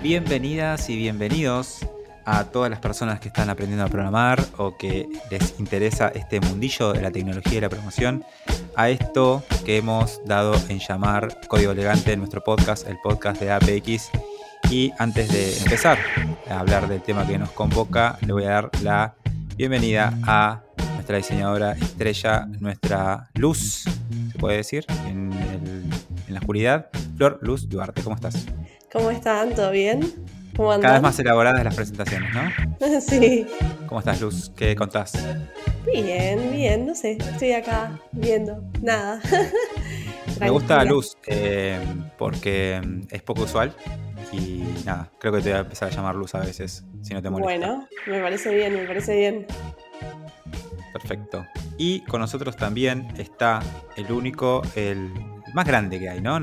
Bienvenidas y bienvenidos a todas las personas que están aprendiendo a programar o que les interesa este mundillo de la tecnología y la programación, a esto que hemos dado en llamar Código Elegante en nuestro podcast, el podcast de APX. Y antes de empezar a hablar del tema que nos convoca, le voy a dar la bienvenida a nuestra diseñadora estrella, nuestra luz, se puede decir, en la oscuridad, Flor Luz Duarte. ¿Cómo estás? ¿Cómo están? ¿Todo bien? ¿Cómo andan? Cada vez más elaboradas las presentaciones, ¿no? Sí. ¿Cómo estás, Luz? ¿Qué contás? Bien, no sé, estoy acá viendo, nada. Me gusta Luz porque es poco usual y nada, creo que te voy a empezar a llamar Luz a veces, si no te molesta. Bueno, me parece bien. Perfecto. Y con nosotros también está el único, el más grande que hay, ¿no?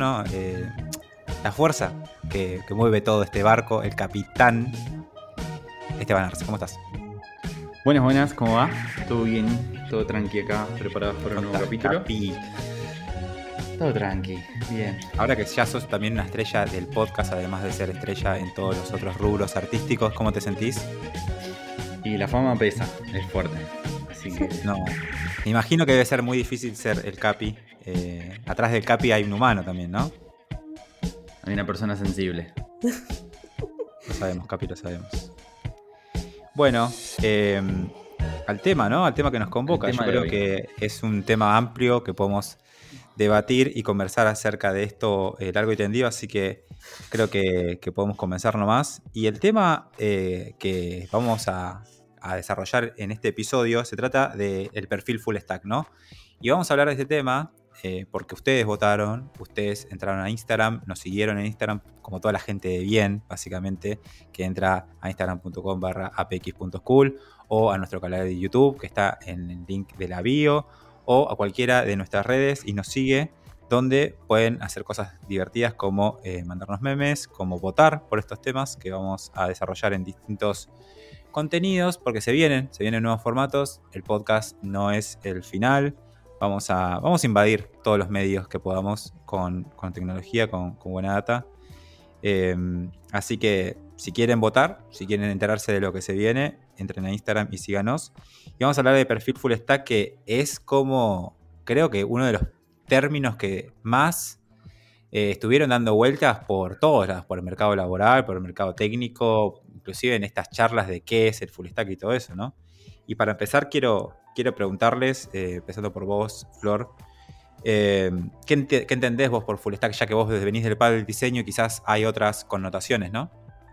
La fuerza que mueve todo este barco, el capitán Esteban Arce. ¿Cómo estás? Buenas, ¿cómo va? ¿Todo bien? ¿Todo tranqui acá? ¿Preparados para un nuevo capítulo? Todo tranqui, bien. Ahora que ya sos también una estrella del podcast, además de ser estrella en todos los otros rubros artísticos, ¿cómo te sentís? Y la fama pesa, es fuerte. Así que... No, me imagino que debe ser muy difícil ser el Capi. Atrás del Capi hay un humano también, ¿no? Hay una persona sensible. Lo sabemos, Capi, lo sabemos. Bueno, al tema, ¿no? Al tema que nos convoca. Yo creo que es un tema amplio que podemos debatir y conversar acerca de esto largo y tendido, así que creo que podemos comenzar nomás. Y el tema que vamos a desarrollar en este episodio se trata del perfil full stack, ¿no? Y vamos a hablar de este tema porque ustedes votaron, ustedes entraron a Instagram, nos siguieron en Instagram, como toda la gente de bien, básicamente, que entra a instagram.com/apx.school o a nuestro canal de YouTube, que está en el link de la bio, o a cualquiera de nuestras redes y nos sigue, donde pueden hacer cosas divertidas como mandarnos memes, como votar por estos temas que vamos a desarrollar en distintos contenidos, porque se vienen nuevos formatos. El podcast no es el final. Vamos a invadir todos los medios que podamos con tecnología, con buena data. Así que si quieren votar, si quieren enterarse de lo que se viene, entren a Instagram y síganos. Y vamos a hablar de perfil full stack, que es como, creo que uno de los términos que más estuvieron dando vueltas por todos lados, por el mercado laboral, por el mercado técnico, inclusive en estas charlas de qué es el full stack y todo eso, ¿no? Y para empezar quiero preguntarles, empezando por vos, Flor, ¿qué entendés vos por full stack? Ya que vos venís del palo del diseño, quizás hay otras connotaciones, ¿no?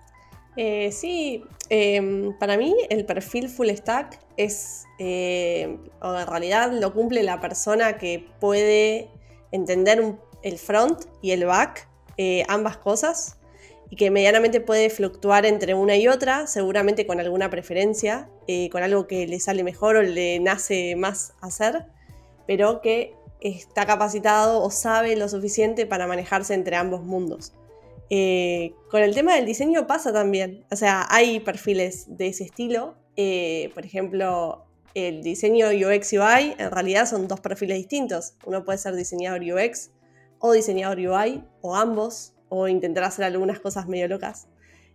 Sí, para mí el perfil full stack es, o en realidad lo cumple la persona que puede entender el front y el back, ambas cosas, y que medianamente puede fluctuar entre una y otra, seguramente con alguna preferencia, con algo que le sale mejor o le nace más hacer, pero que está capacitado o sabe lo suficiente para manejarse entre ambos mundos. Con el tema del diseño pasa también, o sea, hay perfiles de ese estilo, por ejemplo, el diseño UX UI en realidad son dos perfiles distintos. Uno puede ser diseñador UX o diseñador UI, o ambos, o intentar hacer algunas cosas medio locas.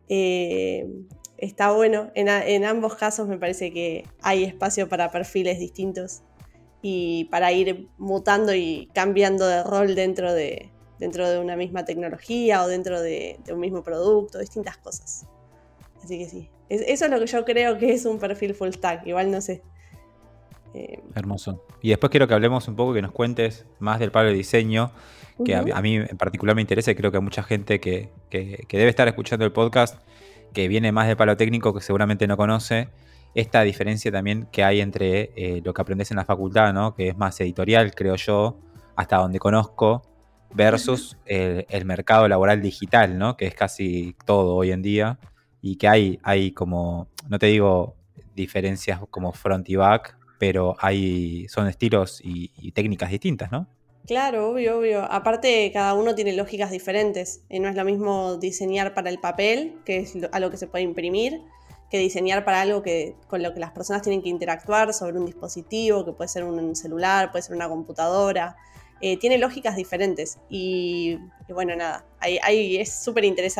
Está bueno, en ambos casos me parece que hay espacio para perfiles distintos y para ir mutando y cambiando de rol dentro de una misma tecnología o dentro de un mismo producto, distintas cosas. Así que sí, eso es lo que yo creo que es un perfil full stack, igual no sé. Hermoso. Y después quiero que hablemos un poco, que nos cuentes más del palo de diseño, que a mí en particular me interesa y creo que a mucha gente que debe estar escuchando el podcast, que viene más del palo técnico, que seguramente no conoce, esta diferencia también que hay entre lo que aprendes en la facultad, ¿no? Que es más editorial, creo yo, hasta donde conozco, versus el mercado laboral digital, ¿no? Que es casi todo hoy en día, y que hay como, no te digo diferencias como front y back, pero son estilos y técnicas distintas, ¿no? Claro, obvio. Aparte, cada uno tiene lógicas diferentes. No es lo mismo diseñar para el papel, que es a lo que se puede imprimir, que diseñar para algo con lo que las personas tienen que interactuar sobre un dispositivo, que puede ser un celular, puede ser una computadora. Tiene lógicas diferentes y bueno, nada, ahí es súper interesante.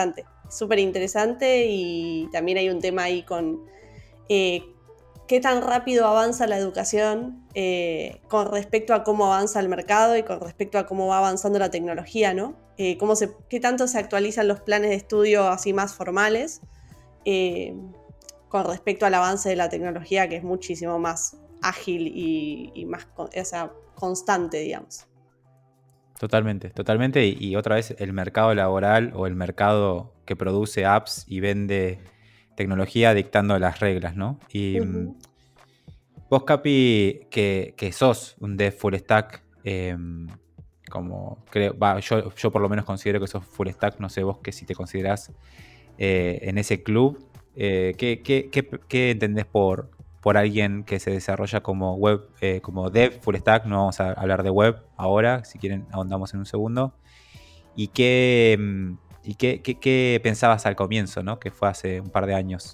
súper interesante, y también hay un tema ahí con qué tan rápido avanza la educación con respecto a cómo avanza el mercado y con respecto a cómo va avanzando la tecnología, ¿no? Qué tanto se actualizan los planes de estudio así más formales con respecto al avance de la tecnología, que es muchísimo más ágil y más constante, digamos. Totalmente. Y otra vez el mercado laboral o el mercado que produce apps y vende tecnología dictando las reglas, ¿no? Y vos, Capi, que sos un dev full stack, como creo, yo por lo menos considero que sos full stack, no sé vos que si te considerás en ese club, ¿qué entendés por alguien que se desarrolla como web, como dev full stack? No vamos a hablar de web ahora, si quieren ahondamos en un segundo. ¿Y qué pensabas al comienzo, ¿no? Que fue hace un par de años.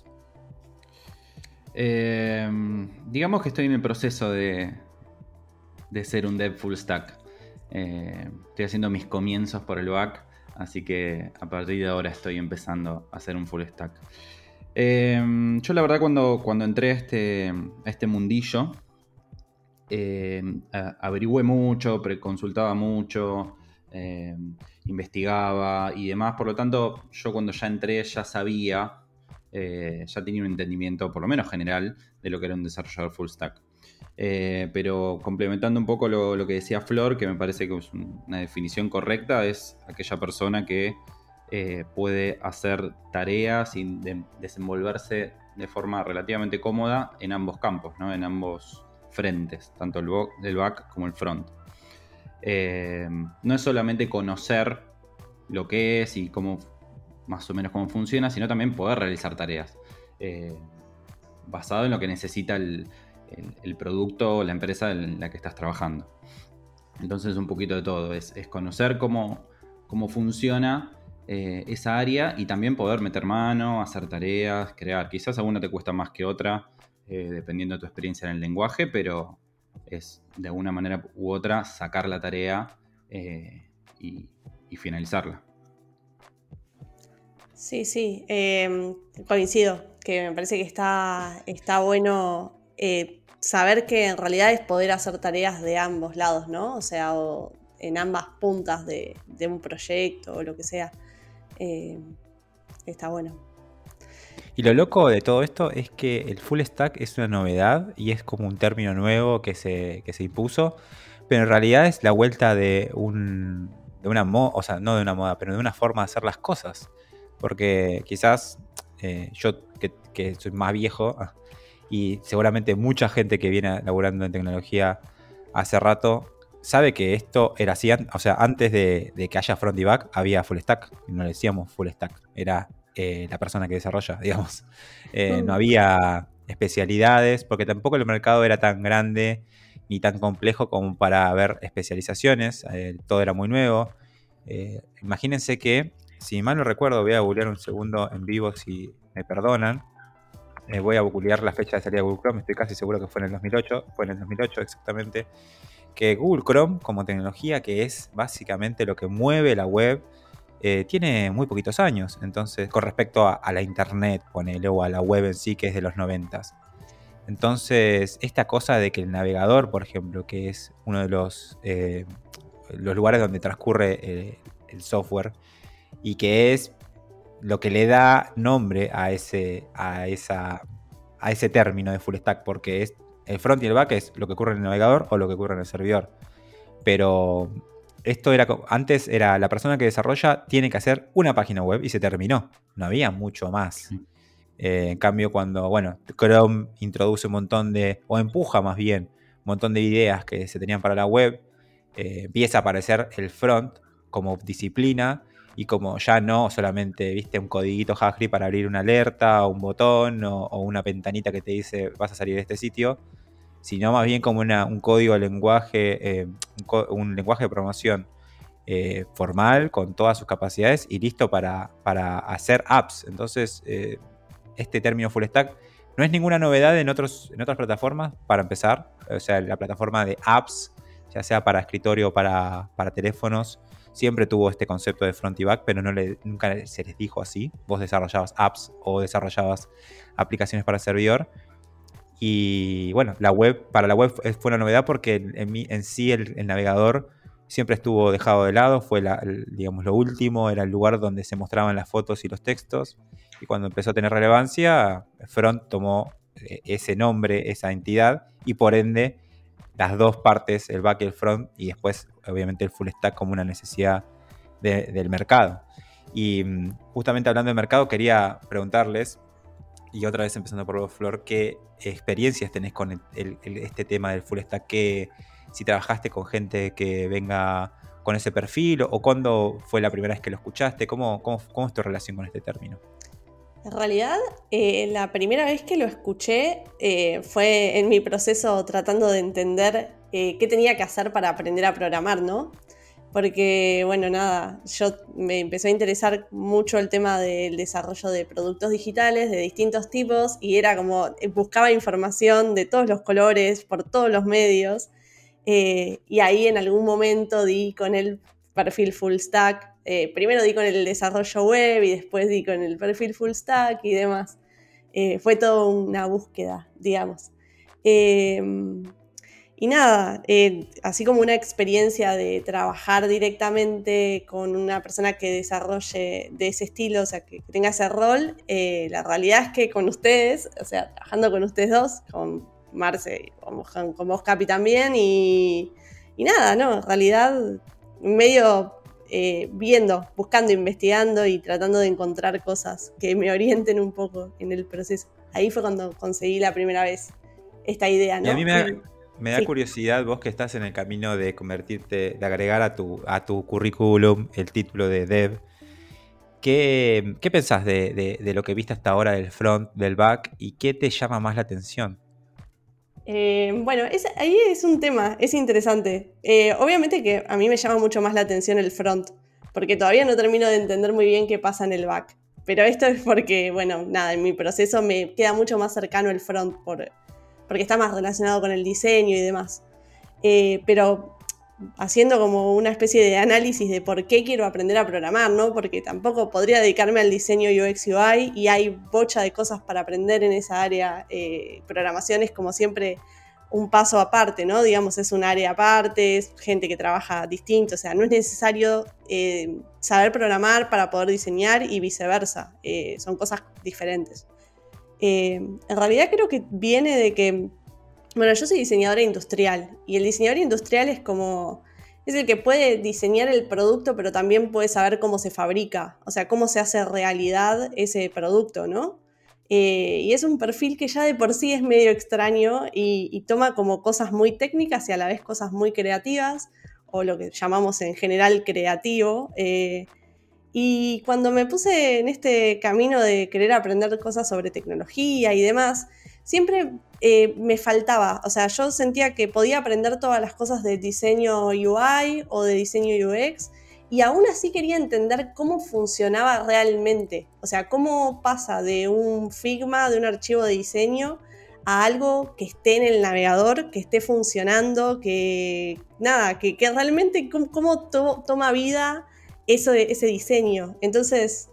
Digamos que estoy en el proceso de ser un dev full stack. Estoy haciendo mis comienzos por el back, así que a partir de ahora estoy empezando a hacer un full stack. Yo la verdad cuando entré a este mundillo, averigüé mucho, consultaba mucho, investigaba y demás. Por lo tanto, yo cuando ya entré ya sabía, ya tenía un entendimiento por lo menos general de lo que era un desarrollador full stack. Pero complementando un poco lo que decía Flor, que me parece que es una definición correcta, es aquella persona que puede hacer tareas y desenvolverse de forma relativamente cómoda en ambos campos, ¿no? En ambos frentes, tanto el back como el front. No es solamente conocer lo que es y cómo, más o menos cómo funciona, sino también poder realizar tareas basado en lo que necesita el producto o la empresa en la que estás trabajando. Entonces un poquito de todo, es conocer cómo funciona esa área y también poder meter mano, hacer tareas, crear. Quizás alguna te cuesta más que otra, dependiendo de tu experiencia en el lenguaje, pero es de alguna manera u otra sacar la tarea y finalizarla. Sí, coincido, que me parece que está bueno saber que en realidad es poder hacer tareas de ambos lados, ¿no? O sea, en ambas puntas de un proyecto o lo que sea. Está bueno. Y lo loco de todo esto es que el full stack es una novedad y es como un término nuevo que se impuso, pero en realidad es la vuelta de una moda, o sea, no de una moda, pero de una forma de hacer las cosas. Porque quizás yo que soy más viejo y seguramente mucha gente que viene laburando en tecnología hace rato sabe que esto era así, o sea, antes de que haya front y back había full stack, y no le decíamos full stack, era la persona que desarrolla, digamos. No había especialidades, porque tampoco el mercado era tan grande ni tan complejo como para ver especializaciones, todo era muy nuevo. Imagínense que, si mal no recuerdo, voy a googlear un segundo en vivo si me perdonan. Voy a googlear la fecha de salida de Google Chrome, estoy casi seguro que fue en el 2008, exactamente, que Google Chrome como tecnología, que es básicamente lo que mueve la web, tiene muy poquitos años, entonces, con respecto a la internet, ponele, o a la web en sí, que es de los 90s. Entonces, esta cosa de que el navegador, por ejemplo, que es uno de los lugares donde transcurre el software, y que es lo que le da nombre a ese término de full stack, porque es el front y el back es lo que ocurre en el navegador o lo que ocurre en el servidor. Pero esto antes era la persona que desarrolla tiene que hacer una página web y se terminó. No había mucho más. En cambio, cuando Chrome introduce un montón o empuja más bien un montón de ideas que se tenían para la web, empieza a aparecer el front como disciplina y como ya no solamente, viste, un codiguito JavaScript para abrir una alerta o un botón o una ventanita que te dice vas a salir de este sitio, sino más bien como un código de lenguaje, un lenguaje de programación formal con todas sus capacidades y listo para hacer apps. Entonces, este término full stack no es ninguna novedad en otras plataformas, para empezar. O sea, la plataforma de apps ya sea para escritorio o para teléfonos, siempre tuvo este concepto de front y back, pero nunca se les dijo así. Vos desarrollabas apps o desarrollabas aplicaciones para servidor. Y bueno, para la web fue una novedad porque en sí el navegador siempre estuvo dejado de lado, fue digamos lo último, era el lugar donde se mostraban las fotos y los textos. Y cuando empezó a tener relevancia, Front tomó ese nombre, esa entidad, y por ende las dos partes, el back y el front, y después obviamente el full stack como una necesidad del mercado. Y justamente hablando de mercado, quería preguntarles, y otra vez empezando por vos, Flor, ¿qué experiencias tenés con este tema del full stack? Si trabajaste con gente que venga con ese perfil, o cuándo fue la primera vez que lo escuchaste, ¿cómo es tu relación con este término? En realidad, la primera vez que lo escuché fue en mi proceso tratando de entender qué tenía que hacer para aprender a programar, ¿no? Porque, bueno, nada, me empezó a interesar mucho el tema del desarrollo de productos digitales de distintos tipos y era como, buscaba información de todos los colores, por todos los medios, y ahí en algún momento di con el perfil full stack. Primero di con el desarrollo web y después di con el perfil full stack y demás. Fue toda una búsqueda, digamos. Y nada, así como una experiencia de trabajar directamente con una persona que desarrolle de ese estilo, o sea, que tenga ese rol, la realidad es que con ustedes, o sea, trabajando con ustedes dos, con Marce, con vos, Capi, también, y nada, ¿no? En realidad, medio buscando, investigando y tratando de encontrar cosas que me orienten un poco en el proceso. Ahí fue cuando conseguí la primera vez esta idea, ¿no? Y a mí me da curiosidad, vos que estás en el camino de convertirte, de agregar a tu currículum el título de dev. ¿Qué pensás de lo que viste hasta ahora del front, del back, y qué te llama más la atención? Bueno, ahí es un tema, es interesante. Obviamente que a mí me llama mucho más la atención el front, porque todavía no termino de entender muy bien qué pasa en el back. Pero esto es porque, bueno, nada, en mi proceso me queda mucho más cercano el front porque está más relacionado con el diseño y demás. Pero haciendo como una especie de análisis de por qué quiero aprender a programar, ¿no? Porque tampoco podría dedicarme al diseño UX UI y hay bocha de cosas para aprender en esa área. Programación es como siempre un paso aparte, ¿no? Digamos, es un área aparte, es gente que trabaja distinto, o sea, no es necesario saber programar para poder diseñar y viceversa, son cosas diferentes. En realidad creo que viene de que, bueno, yo soy diseñadora industrial y el diseñador industrial es el que puede diseñar el producto, pero también puede saber cómo se fabrica, o sea, cómo se hace realidad ese producto, ¿no? Y es un perfil que ya de por sí es medio extraño y toma como cosas muy técnicas y a la vez cosas muy creativas, o lo que llamamos en general creativo. Y cuando me puse en este camino de querer aprender cosas sobre tecnología y demás, siempre me faltaba. O sea, yo sentía que podía aprender todas las cosas de diseño UI o de diseño UX y aún así quería entender cómo funcionaba realmente. O sea, cómo pasa de un Figma, de un archivo de diseño, a algo que esté en el navegador, que esté funcionando, que realmente cómo toma vida ese diseño. Entonces,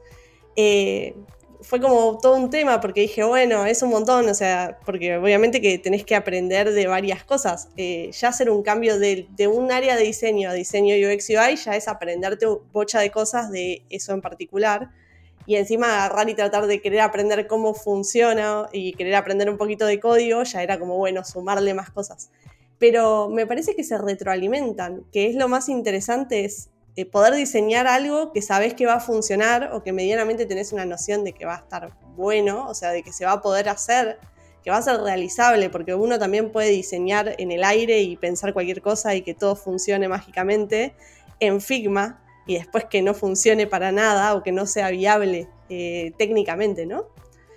fue como todo un tema porque dije, bueno, es un montón, o sea, porque obviamente que tenés que aprender de varias cosas. Ya hacer un cambio de un área de diseño a diseño UX UI ya es aprenderte bocha de cosas de eso en particular. Y encima agarrar y tratar de querer aprender cómo funciona y querer aprender un poquito de código, ya era como, bueno, sumarle más cosas. Pero me parece que se retroalimentan, que es lo más interesante, es poder diseñar algo que sabés que va a funcionar o que medianamente tenés una noción de que va a estar bueno, o sea, de que se va a poder hacer, que va a ser realizable, porque uno también puede diseñar en el aire y pensar cualquier cosa y que todo funcione mágicamente en Figma y después que no funcione para nada o que no sea viable técnicamente, ¿no?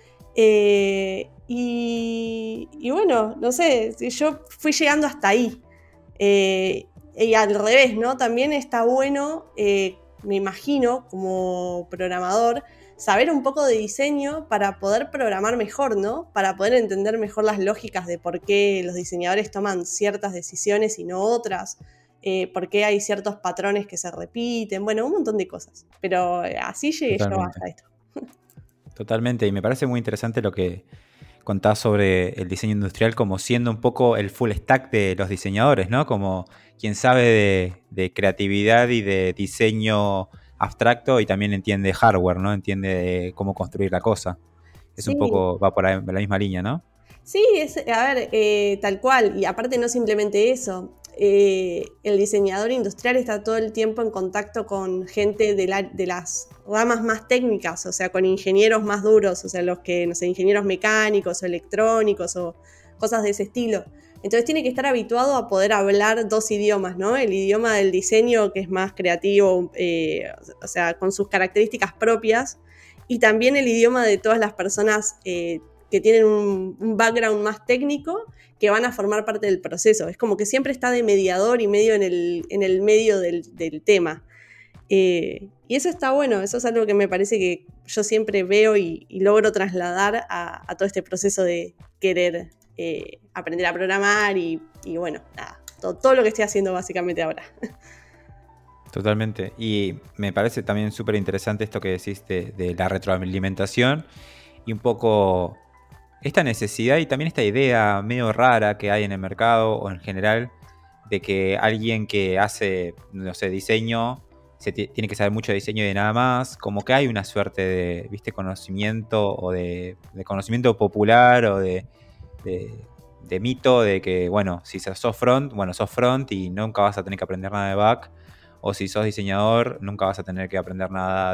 Y bueno, no sé, yo fui llegando hasta ahí. Y al revés, ¿no? También está bueno me imagino, como programador, saber un poco de diseño para poder programar mejor, ¿no? Para poder entender mejor las lógicas de por qué los diseñadores toman ciertas decisiones y no otras, por qué hay ciertos patrones que se repiten, bueno, un montón de cosas. Pero así llegué yo Totalmente. hasta esto. Totalmente, y me parece muy interesante lo que contás sobre el diseño industrial como siendo un poco el full stack de los diseñadores, ¿no? Como quien sabe de creatividad y de diseño abstracto y también entiende hardware, ¿no? Entiende cómo construir la cosa. Es un Sí, poco, va por ahí, la misma línea, ¿no? sí, a ver, tal cual. Y aparte no simplemente eso. El diseñador industrial está todo el tiempo en contacto con gente de las ramas más técnicas, o sea, con ingenieros más duros, o sea, los que, no sé, ingenieros mecánicos o electrónicos o cosas de ese estilo. Entonces tiene que estar habituado a poder hablar dos idiomas, ¿no? El idioma del diseño, que es más creativo, o sea, con sus características propias, y también el idioma de todas las personas que tienen un background más técnico, que van a formar parte del proceso. Es como que siempre está de mediador y medio en el medio del tema. Y eso está bueno, eso es algo que me parece que yo siempre veo y logro trasladar a todo este proceso de querer aprender a programar y bueno, nada, todo lo que estoy haciendo básicamente ahora. Totalmente. Y me parece también súper interesante esto que decís de la retroalimentación y un poco esta necesidad y también esta idea medio rara que hay en el mercado o en general de que alguien que hace, no sé, diseño, tiene que saber mucho de diseño y de nada más, como que hay una suerte de, viste, conocimiento o de conocimiento popular o de mito de que, bueno, si sos front, bueno, sos front y nunca vas a tener que aprender nada de back, o si sos diseñador, nunca vas a tener que aprender nada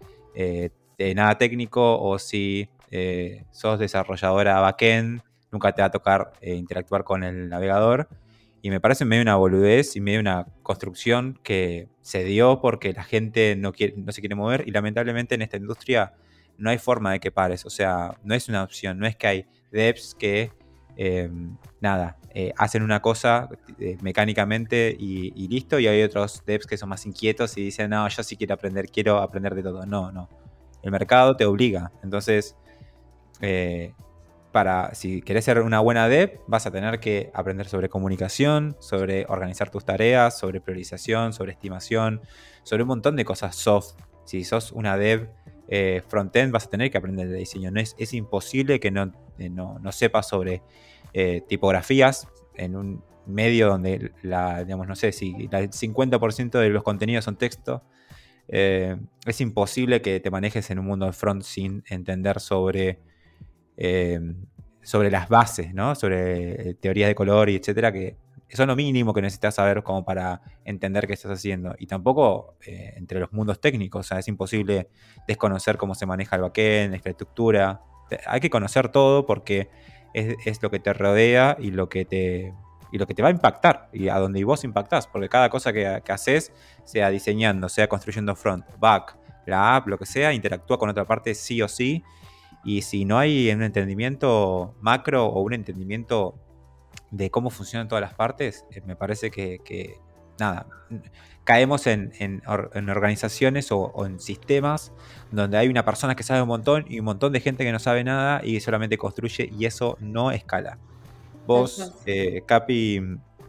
de nada técnico, o si sos desarrolladora backend, nunca te va a tocar interactuar con el navegador. Y me parece medio una boludez y medio una construcción que se dio porque la gente no se quiere mover y lamentablemente en esta industria no hay forma de que pares. O sea, no es una opción, no es que hay devs que hacen una cosa mecánicamente y listo, y hay otros devs que son más inquietos y dicen, no, yo sí quiero aprender de todo. No. El mercado te obliga. Entonces, si querés ser una buena dev, vas a tener que aprender sobre comunicación, sobre organizar tus tareas, sobre priorización, sobre estimación, sobre un montón de cosas soft. Si sos una dev frontend, vas a tener que aprender de diseño. Es imposible que no sepas sobre tipografías en un medio donde digamos, no sé, si el 50% de los contenidos son texto. Es imposible que te manejes en un mundo de front sin entender sobre las bases, ¿no? Sobre teorías de color y etcétera, que son lo mínimo que necesitas saber como para entender qué estás haciendo. Y tampoco entre los mundos técnicos, o sea, es imposible desconocer cómo se maneja el backend, la infraestructura. Hay que conocer todo porque es lo que te rodea y lo que te va a impactar y a donde vos impactás, porque cada cosa que haces, sea diseñando, sea construyendo front, back, la app, lo que sea, interactúa con otra parte sí o sí. Y si no hay un entendimiento macro o un entendimiento de cómo funcionan todas las partes, me parece que nada, caemos en organizaciones o en sistemas donde hay una persona que sabe un montón y un montón de gente que no sabe nada y solamente construye y eso no escala. Vos, Capi,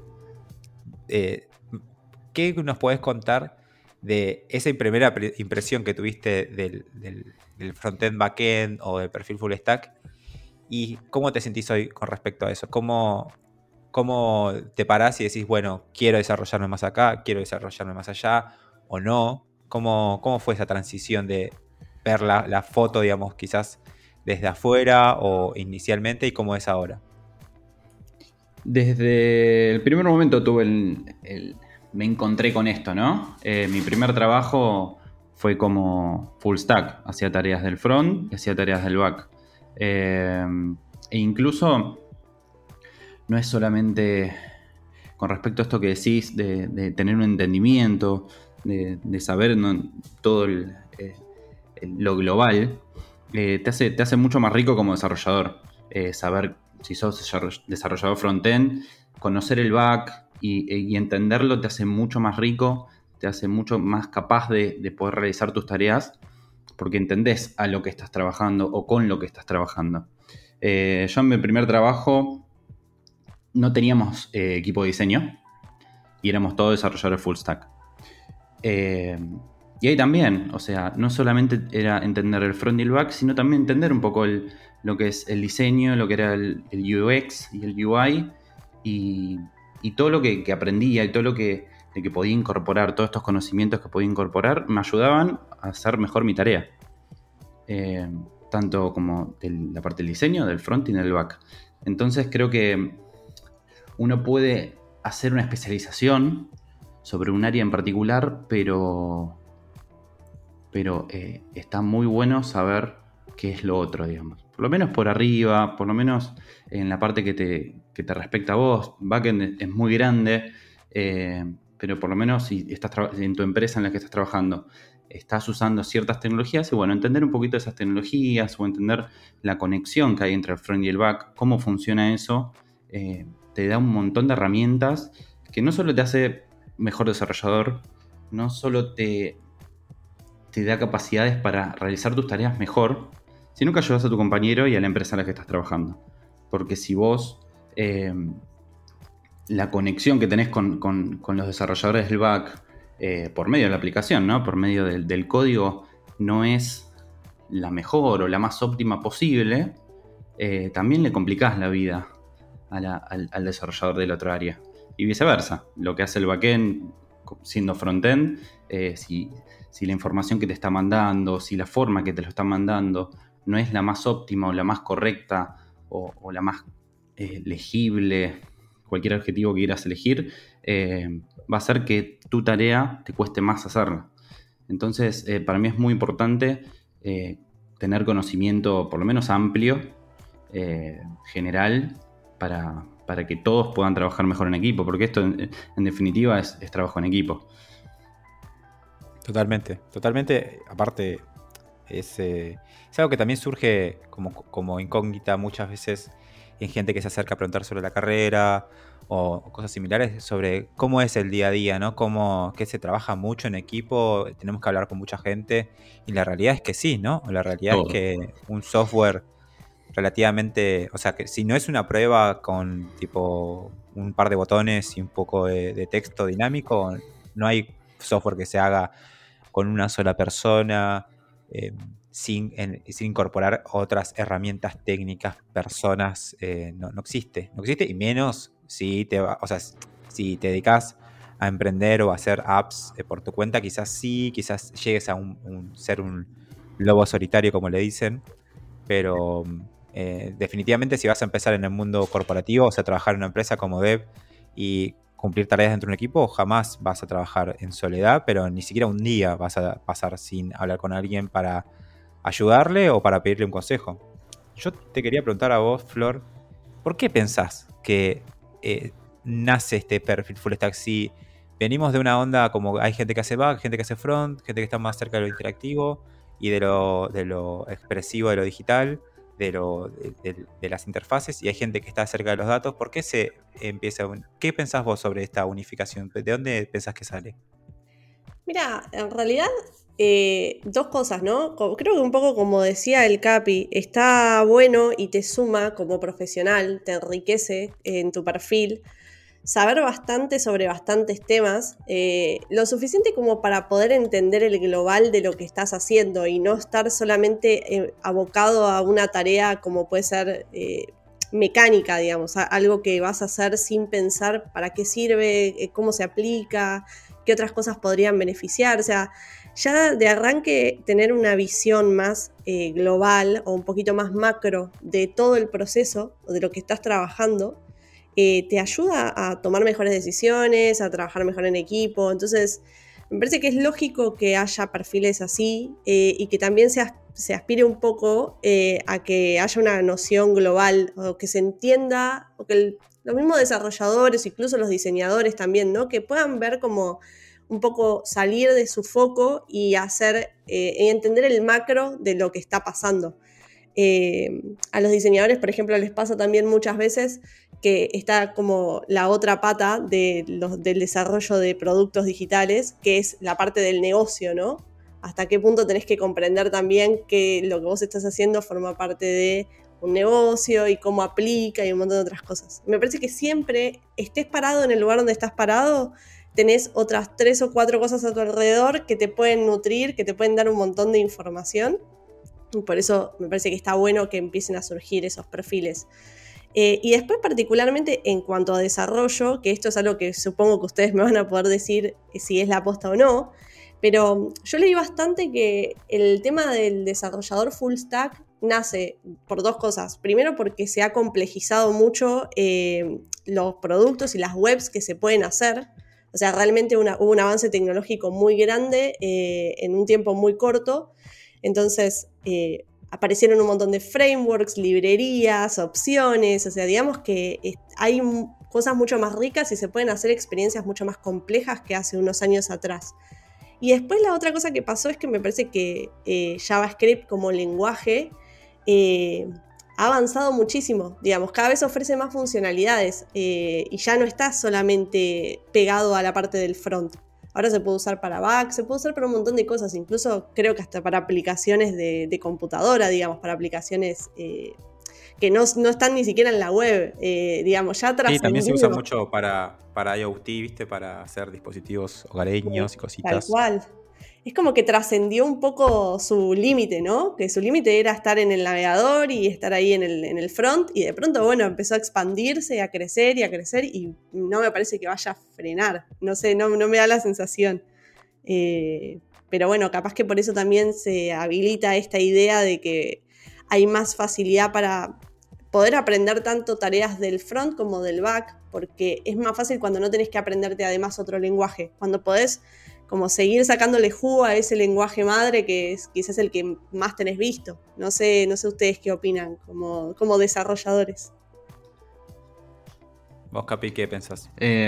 ¿qué nos podés contar de esa primera impresión que tuviste del frontend backend o del perfil full stack? ¿Y cómo te sentís hoy con respecto a eso? ¿Cómo te parás y decís, bueno, quiero desarrollarme más acá, quiero desarrollarme más allá o no? ¿Cómo fue esa transición de ver la foto, digamos, quizás desde afuera o inicialmente y cómo es ahora? Desde el primer momento me encontré con esto, ¿no? Mi primer trabajo fue como full stack. Hacía tareas del front y hacía tareas del back. E incluso no es solamente con respecto a esto que decís de tener un entendimiento, de saber todo lo global, te hace mucho más rico como desarrollador. Saber si sos desarrollador frontend, conocer el back y entenderlo te hace mucho más rico te hace mucho más capaz de poder realizar tus tareas porque entendés a lo que estás trabajando o con lo que estás trabajando. Yo en mi primer trabajo no teníamos equipo de diseño y éramos todos desarrolladores full stack. Y ahí también, o sea, no solamente era entender el front y el back, sino también entender un poco lo que es el diseño, lo que era el UX y el UI, y todo lo que aprendía y todo lo que podía incorporar, todos estos conocimientos que podía incorporar, me ayudaban a hacer mejor mi tarea. Tanto como de la parte del diseño, del front y del back. Entonces creo que uno puede hacer una especialización sobre un área en particular, pero está muy bueno saber qué es lo otro, digamos. Por lo menos por arriba, por lo menos en la parte que te respecta a vos. Backend es muy grande, pero por lo menos si estás en tu empresa en la que estás trabajando, estás usando ciertas tecnologías y bueno, entender un poquito de esas tecnologías o entender la conexión que hay entre el front y el back, cómo funciona eso, te da un montón de herramientas que no solo te hace mejor desarrollador, no solo te da capacidades para realizar tus tareas mejor, sino que ayudas a tu compañero y a la empresa en la que estás trabajando. Porque si vos, la conexión que tenés con los desarrolladores del back, por medio de la aplicación, ¿no? Por medio del código, no es la mejor o la más óptima posible, también le complicás la vida al desarrollador de la otra área. Y viceversa, lo que hace el backend siendo frontend, si la información que te está mandando, si la forma que te lo está mandando no es la más óptima o la más correcta o la más legible, cualquier adjetivo que quieras elegir, va a hacer que tu tarea te cueste más hacerla. Entonces, para mí es muy importante tener conocimiento por lo menos amplio, general, para que todos puedan trabajar mejor en equipo, porque esto en definitiva es trabajo en equipo. Totalmente. Aparte, es algo que también surge como incógnita muchas veces en gente que se acerca a preguntar sobre la carrera o cosas similares, sobre cómo es el día a día, ¿no? Que se trabaja mucho en equipo, tenemos que hablar con mucha gente, y la realidad es que sí, ¿no? La realidad Todo. es que un software relativamente, o sea, que si no es una prueba con tipo un par de botones y un poco de texto dinámico, no hay software que se haga con una sola persona, sin incorporar otras herramientas técnicas, personas, no existe. No existe, y menos si si te dedicas a emprender o a hacer apps por tu cuenta, quizás llegues a ser un lobo solitario, como le dicen, pero definitivamente si vas a empezar en el mundo corporativo, o sea, trabajar en una empresa como dev y cumplir tareas dentro de un equipo, jamás vas a trabajar en soledad, pero ni siquiera un día vas a pasar sin hablar con alguien para ayudarle o para pedirle un consejo. Yo te quería preguntar a vos, Flor, ¿por qué pensás que nace este perfil full stack? Si venimos de una onda como hay gente que hace back, gente que hace front, gente que está más cerca de lo interactivo y de lo expresivo, de lo digital, de las interfaces, y hay gente que está cerca de los datos. ¿Por qué qué pensás vos sobre esta unificación? ¿De dónde pensás que sale? Mira, en realidad, dos cosas, ¿no? Creo que un poco como decía el Capi, está bueno y te suma como profesional, te enriquece en tu perfil, saber bastante sobre bastantes temas, lo suficiente como para poder entender el global de lo que estás haciendo y no estar solamente abocado a una tarea como puede ser mecánica, digamos, algo que vas a hacer sin pensar para qué sirve, cómo se aplica, qué otras cosas podrían beneficiar. O sea, ya de arranque tener una visión más global o un poquito más macro de todo el proceso o de lo que estás trabajando, te ayuda a tomar mejores decisiones, a trabajar mejor en equipo. Entonces, me parece que es lógico que haya perfiles así y que también se aspire un poco a que haya una noción global o que se entienda, o que los mismos desarrolladores, incluso los diseñadores también, ¿no? Que puedan ver como un poco salir de su foco y entender el macro de lo que está pasando. A los diseñadores, por ejemplo, les pasa también muchas veces que está como la otra pata del desarrollo de productos digitales, que es la parte del negocio, ¿no? Hasta qué punto tenés que comprender también que lo que vos estás haciendo forma parte de un negocio y cómo aplica y un montón de otras cosas. Me parece que siempre estés parado en el lugar donde estás parado, tenés otras 3 o 4 cosas a tu alrededor que te pueden nutrir, que te pueden dar un montón de información. Y por eso me parece que está bueno que empiecen a surgir esos perfiles. Y después, particularmente en cuanto a desarrollo, que esto es algo que supongo que ustedes me van a poder decir si es la aposta o no, pero yo leí bastante que el tema del desarrollador full stack nace por 2 cosas. Primero, porque se ha complejizado mucho los productos y las webs que se pueden hacer. O sea, realmente hubo un avance tecnológico muy grande en un tiempo muy corto. Entonces, aparecieron un montón de frameworks, librerías, opciones. O sea, digamos que hay cosas mucho más ricas y se pueden hacer experiencias mucho más complejas que hace unos años atrás. Y después la otra cosa que pasó es que me parece que JavaScript como lenguaje ha avanzado muchísimo, digamos, cada vez ofrece más funcionalidades y ya no está solamente pegado a la parte del front. Ahora se puede usar para back, se puede usar para un montón de cosas, incluso creo que hasta para aplicaciones de computadora, digamos, para aplicaciones que no están ni siquiera en la web, digamos, ya trascendido. Sí, también se usa mucho para IoT, ¿viste? Para hacer dispositivos hogareños y cositas. Tal cual. Es como que trascendió un poco su límite, ¿no? Que su límite era estar en el navegador y estar ahí en el front, y de pronto, bueno, empezó a expandirse, a crecer y no me parece que vaya a frenar. No sé, no me da la sensación. Pero bueno, capaz que por eso también se habilita esta idea de que hay más facilidad para poder aprender tanto tareas del front como del back, porque es más fácil cuando no tenés que aprenderte además otro lenguaje, cuando podés como seguir sacándole jugo a ese lenguaje madre que es quizás el que más tenés visto. No sé ustedes qué opinan como desarrolladores. ¿Vos, Capi, qué pensás?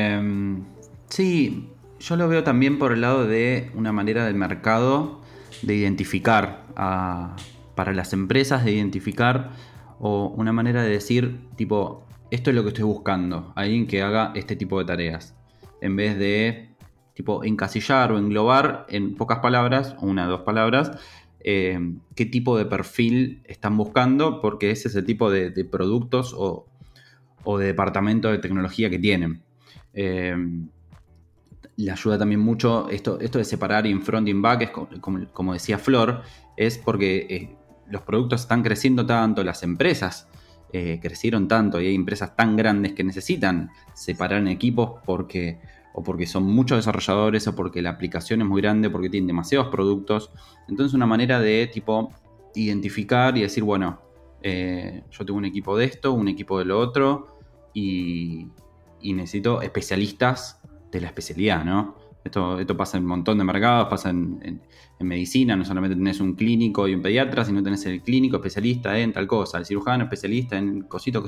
Sí, yo lo veo también por el lado de una manera del mercado de identificar para las empresas, de identificar, o una manera de decir, tipo, esto es lo que estoy buscando, alguien que haga este tipo de tareas, en vez de tipo encasillar o englobar en pocas palabras, o 1 o 2 palabras, qué tipo de perfil están buscando, porque ese es el tipo de productos o de departamento de tecnología que tienen. Le ayuda también mucho esto de separar in front y in back, es como decía Flor, es porque los productos están creciendo tanto, las empresas crecieron tanto y hay empresas tan grandes que necesitan separar en equipos porque son muchos desarrolladores o porque la aplicación es muy grande, porque tienen demasiados productos. Entonces una manera de tipo identificar y decir, bueno, yo tengo un equipo de esto, un equipo de lo otro y necesito especialistas de la especialidad, ¿no? Esto pasa en un montón de mercados, pasa en medicina, no solamente tenés un clínico y un pediatra, sino tenés el clínico especialista en tal cosa, el cirujano especialista en cosito,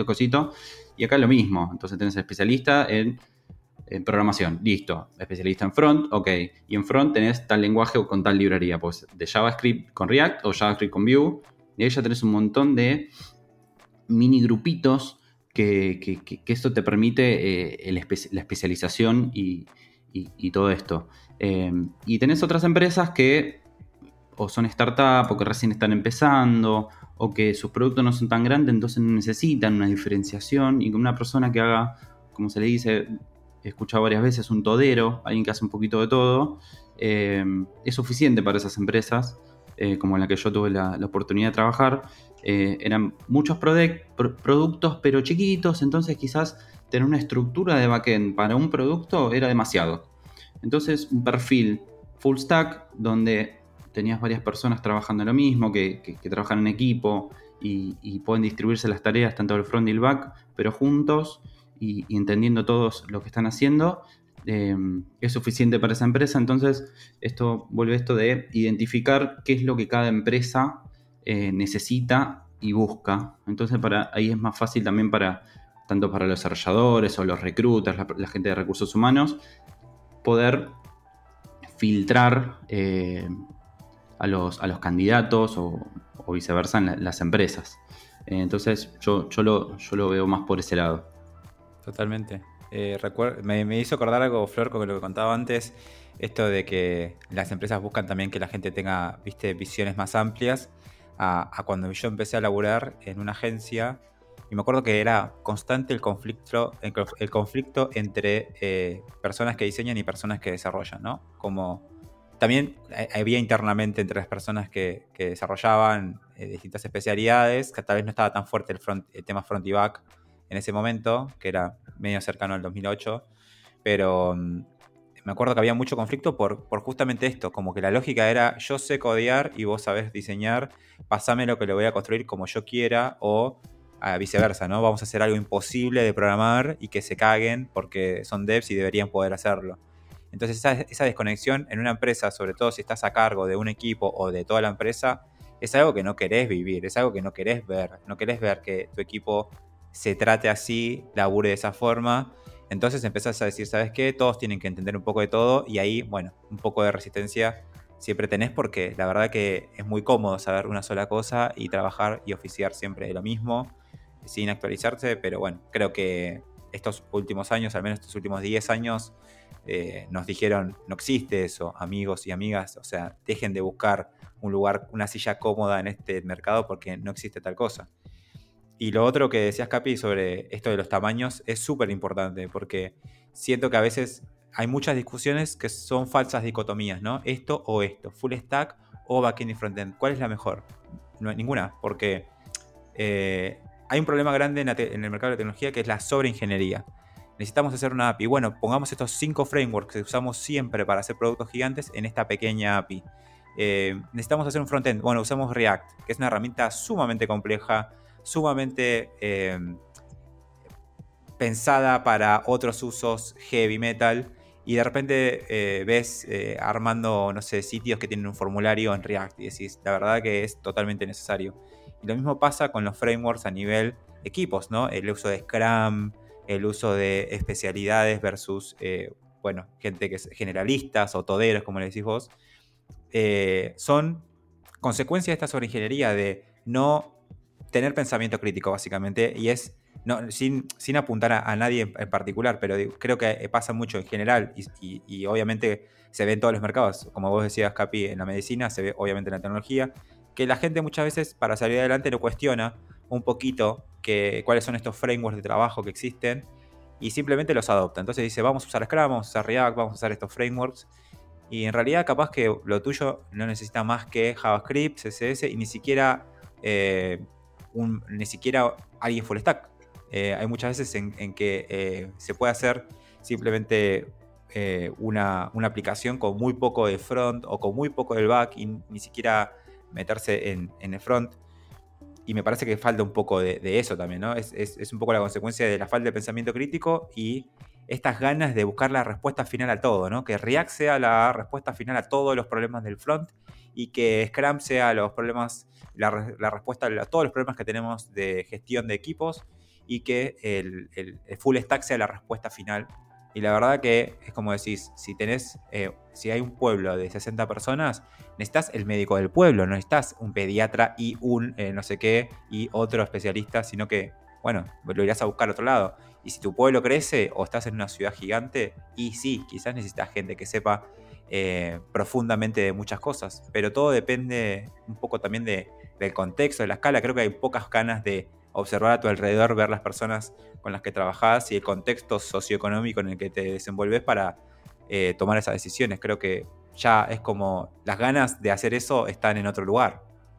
y acá es lo mismo. Entonces tenés el especialista en programación, listo, especialista en front, ok, y en front tenés tal lenguaje o con tal librería, pues de JavaScript con React o JavaScript con Vue, y ahí ya tenés un montón de mini grupitos que esto te permite la especialización y todo esto. Y tenés otras empresas que o son startup o que recién están empezando o que sus productos no son tan grandes, entonces necesitan una diferenciación, y con una persona que haga, como se le dice, he escuchado varias veces, un todero, alguien que hace un poquito de todo, es suficiente para esas empresas, como en la que yo tuve la oportunidad de trabajar. Eran muchos productos pero chiquitos, entonces quizás tener una estructura de backend para un producto era demasiado. Entonces un perfil full stack donde tenías varias personas trabajando en lo mismo, que trabajan en equipo y pueden distribuirse las tareas tanto el front y el back, pero juntos y entendiendo todos lo que están haciendo, es suficiente para esa empresa. Entonces esto vuelve a esto de identificar qué es lo que cada empresa necesita y busca. Entonces ahí es más fácil también tanto para los desarrolladores o los recruiters, la gente de recursos humanos, poder filtrar a los candidatos o viceversa en las empresas. Entonces yo lo veo más por ese lado. Totalmente. Me hizo acordar algo, Flor, con lo que contaba antes, esto de que las empresas buscan también que la gente tenga, viste, visiones más amplias. A cuando yo empecé a laburar en una agencia, y me acuerdo que era constante el conflicto entre personas que diseñan y personas que desarrollan, ¿no? Como también había internamente entre las personas que desarrollaban distintas especialidades, que tal vez no estaba tan fuerte el tema front y back en ese momento, que era medio cercano al 2008, pero me acuerdo que había mucho conflicto por justamente esto, como que la lógica era yo sé codear y vos sabés diseñar, pasame lo que lo voy a construir como yo quiera, o viceversa, ¿no? Vamos a hacer algo imposible de programar y que se caguen porque son devs y deberían poder hacerlo. Entonces esa desconexión en una empresa, sobre todo si estás a cargo de un equipo o de toda la empresa, es algo que no querés vivir, es algo que no querés ver. No querés ver que tu equipo se trate así, labure de esa forma. Entonces empezás a decir, ¿sabes qué? Todos tienen que entender un poco de todo y ahí, bueno, un poco de resistencia siempre tenés porque la verdad que es muy cómodo saber una sola cosa y trabajar y oficiar siempre de lo mismo sin actualizarse, pero bueno, creo que estos últimos años, al menos estos últimos 10 años, nos dijeron, no existe eso, amigos y amigas, o sea, dejen de buscar un lugar, una silla cómoda en este mercado porque no existe tal cosa. Y lo otro que decías, Capi, sobre esto de los tamaños es súper importante porque siento que a veces hay muchas discusiones que son falsas dicotomías, ¿no? Esto o esto, full stack o backend y frontend. ¿Cuál es la mejor? No hay ninguna, porque hay un problema grande en el mercado de la tecnología que es la sobreingeniería. Necesitamos hacer una API. Bueno, pongamos estos 5 frameworks que usamos siempre para hacer productos gigantes en esta pequeña API. Necesitamos hacer un frontend. Bueno, usamos React, que es una herramienta sumamente compleja, sumamente pensada para otros usos heavy metal. Y de repente ves armando, no sé, sitios que tienen un formulario en React y decís, la verdad que es totalmente necesario. Y lo mismo pasa con los frameworks a nivel equipos, ¿no? El uso de Scrum, el uso de especialidades versus, bueno, gente que es generalistas o toderos, como le decís vos, son consecuencias de esta sobreingeniería de no tener pensamiento crítico, básicamente, y es, no, sin apuntar a nadie en particular, pero creo que pasa mucho en general y obviamente se ve en todos los mercados, como vos decías, Capi, en la medicina, se ve obviamente en la tecnología, que la gente muchas veces para salir adelante lo cuestiona un poquito cuáles son estos frameworks de trabajo que existen y simplemente los adopta. Entonces dice, vamos a usar Scrum, vamos a usar React, vamos a usar estos frameworks. Y en realidad capaz que lo tuyo no necesita más que JavaScript, CSS y ni siquiera alguien full stack. Hay muchas veces en que se puede hacer simplemente una aplicación con muy poco de front o con muy poco del back y ni siquiera meterse en el front. Y me parece que falta un poco de eso también, ¿no? Es un poco la consecuencia de la falta de pensamiento crítico y estas ganas de buscar la respuesta final a todo, ¿no? Que React sea la respuesta final a todos los problemas del front y que Scrum sea los problemas, la respuesta a todos los problemas que tenemos de gestión de equipos y que el full stack sea la respuesta final. Y la verdad que es como decís, si hay un pueblo de 60 personas, necesitas el médico del pueblo, no necesitas un pediatra y un no sé qué y otro especialista, sino que, bueno, lo irás a buscar a otro lado. Y si tu pueblo crece o estás en una ciudad gigante, y sí, quizás necesitas gente que sepa profundamente de muchas cosas, pero todo depende un poco también del contexto, de la escala. Creo que hay pocas ganas de observar a tu alrededor, ver las personas con las que trabajás y el contexto socioeconómico en el que te desenvolves para tomar esas decisiones. Creo que ya es como las ganas de hacer eso están en otro lugar.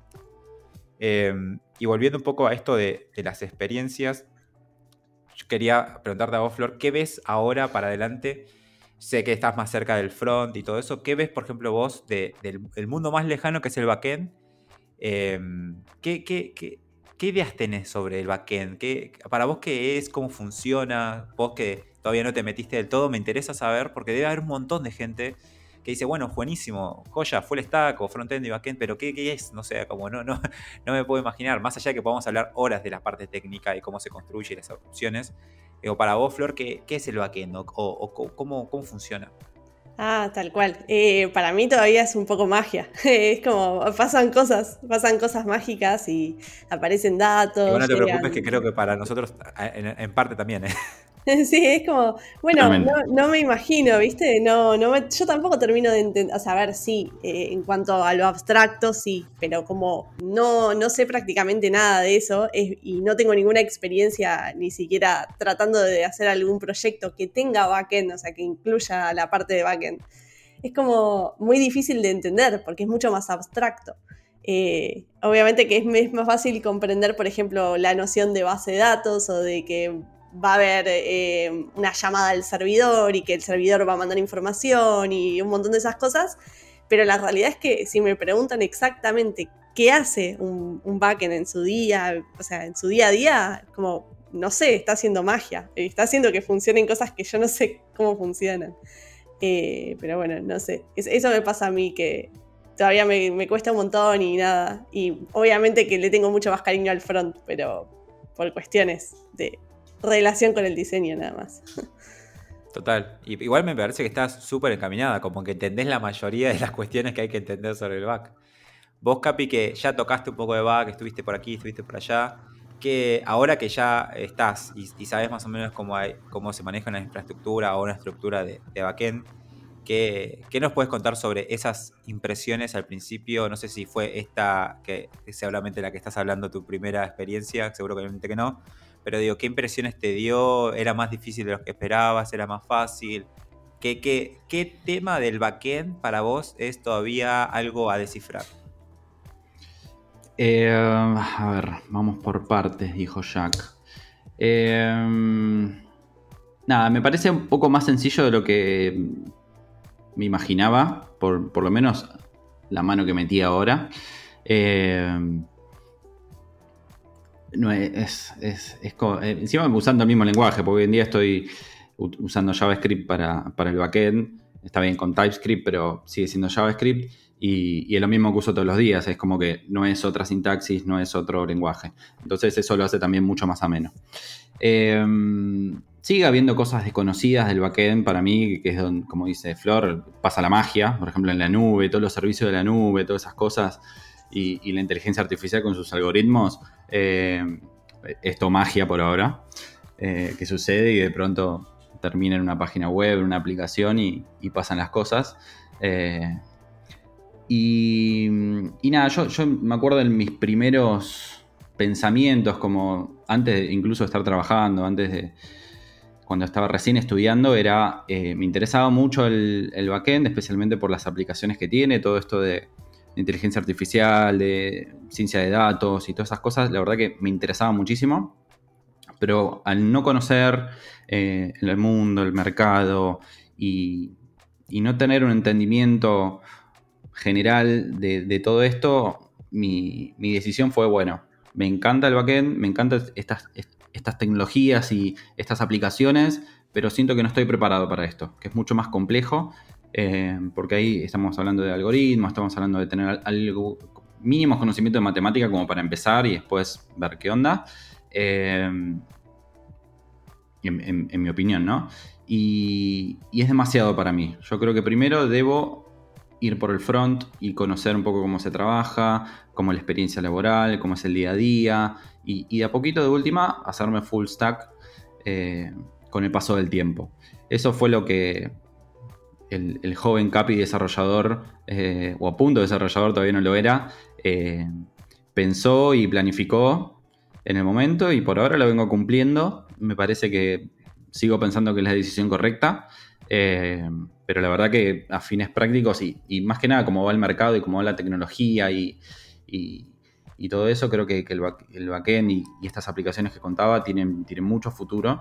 Y volviendo un poco a esto de las experiencias, yo quería preguntarte a vos, Flor, ¿qué ves ahora para adelante? Sé que estás más cerca del front y todo eso. ¿Qué ves, por ejemplo, vos del mundo más lejano que es el backend? ¿Qué ideas tenés sobre el backend? Para vos, ¿qué es? ¿Cómo funciona? Vos que todavía no te metiste del todo, me interesa saber, porque debe haber un montón de gente que dice, bueno, buenísimo, joya, full stack o frontend y backend, pero ¿qué es? No sé, como no me puedo imaginar. Más allá de que podamos hablar horas de la parte técnica y cómo se construye las opciones. Digo, para vos, Flor, ¿qué es el backend? ¿O cómo funciona? Ah, tal cual. Para mí todavía es un poco magia. Es como pasan cosas mágicas y aparecen Y datos, bueno, no te llegan. preocupes que creo que para nosotros en parte también, ¿eh? Sí, es como, bueno, no me imagino, ¿viste? Yo tampoco termino de entender, o sea, a ver, sí, en cuanto a lo abstracto, sí, pero como no sé prácticamente nada de eso y no tengo ninguna experiencia ni siquiera tratando de hacer algún proyecto que tenga backend, o sea, que incluya la parte de backend. Es como muy difícil de entender porque es mucho más abstracto. Obviamente que es más fácil comprender, por ejemplo, la noción de base de datos o de que va a haber una llamada al servidor y que el servidor va a mandar información y un montón de esas cosas, pero la realidad es que si me preguntan exactamente qué hace un backend en su día, o sea, en su día a día, como, no sé, está haciendo magia, está haciendo que funcionen cosas que yo no sé cómo funcionan. Pero bueno, no sé, eso me pasa a mí que todavía me cuesta un montón y nada, y obviamente que le tengo mucho más cariño al front, pero por cuestiones de relación con el diseño nada más. Total. Y igual me parece que estás súper encaminada, como que entendés la mayoría de las cuestiones que hay que entender sobre el back. Vos, Capi, que ya tocaste un poco de back, estuviste por aquí, estuviste por allá, que ahora que ya estás y sabes más o menos cómo se maneja una infraestructura o una estructura de backend, ¿qué nos puedes contar sobre esas impresiones al principio? No sé si fue esta, que seguramente la que estás hablando, tu primera experiencia, seguramente que no, pero digo, ¿qué impresiones te dio? ¿Era más difícil de lo que esperabas? ¿Era más fácil? ¿Qué tema del backend para vos es todavía algo a descifrar? A ver, vamos por partes, dijo Jack. Nada, me parece un poco más sencillo de lo que me imaginaba, por lo menos la mano que metí ahora. No encima usando el mismo lenguaje, porque hoy en día estoy usando JavaScript para el backend. Está bien con TypeScript, pero sigue siendo JavaScript. Y es lo mismo que uso todos los días. Es como que no es otra sintaxis, no es otro lenguaje. Entonces eso lo hace también mucho más ameno. Sigue habiendo cosas desconocidas del backend para mí, que es donde, como dice Flor, pasa la magia. Por ejemplo, en la nube, todos los servicios de la nube, todas esas cosas. Y la inteligencia artificial con sus algoritmos. Esto magia por ahora. Que sucede y de pronto termina en una página web, en una aplicación y pasan las cosas. Y nada, yo me acuerdo de mis primeros pensamientos, como antes de incluso estar trabajando, antes de cuando estaba recién estudiando, me interesaba mucho el backend, especialmente por las aplicaciones que tiene, todo esto de inteligencia artificial, de ciencia de datos y todas esas cosas, la verdad que me interesaba muchísimo, pero al no conocer el mundo, el mercado y no tener un entendimiento general de todo esto, mi decisión fue, bueno, me encanta el backend, me encantan estas tecnologías y estas aplicaciones, pero siento que no estoy preparado para esto, que es mucho más complejo, porque ahí estamos hablando de algoritmos, estamos hablando de tener algo, mínimos conocimientos de matemática como para empezar y después ver qué onda, en mi opinión, ¿no? Y es demasiado para mí. Yo creo que primero debo ir por el front y conocer un poco cómo se trabaja, cómo es la experiencia laboral, cómo es el día a día, y de a poquito de última hacerme full stack con el paso del tiempo. Eso fue lo que el joven Capi desarrollador, o a punto de desarrollador, todavía no lo era, pensó y planificó en el momento, y por ahora lo vengo cumpliendo. Me parece que sigo pensando que es la decisión correcta, pero la verdad que a fines prácticos y más que nada cómo va el mercado y cómo va la tecnología y todo eso, creo que el backend y estas aplicaciones que contaba tienen mucho futuro.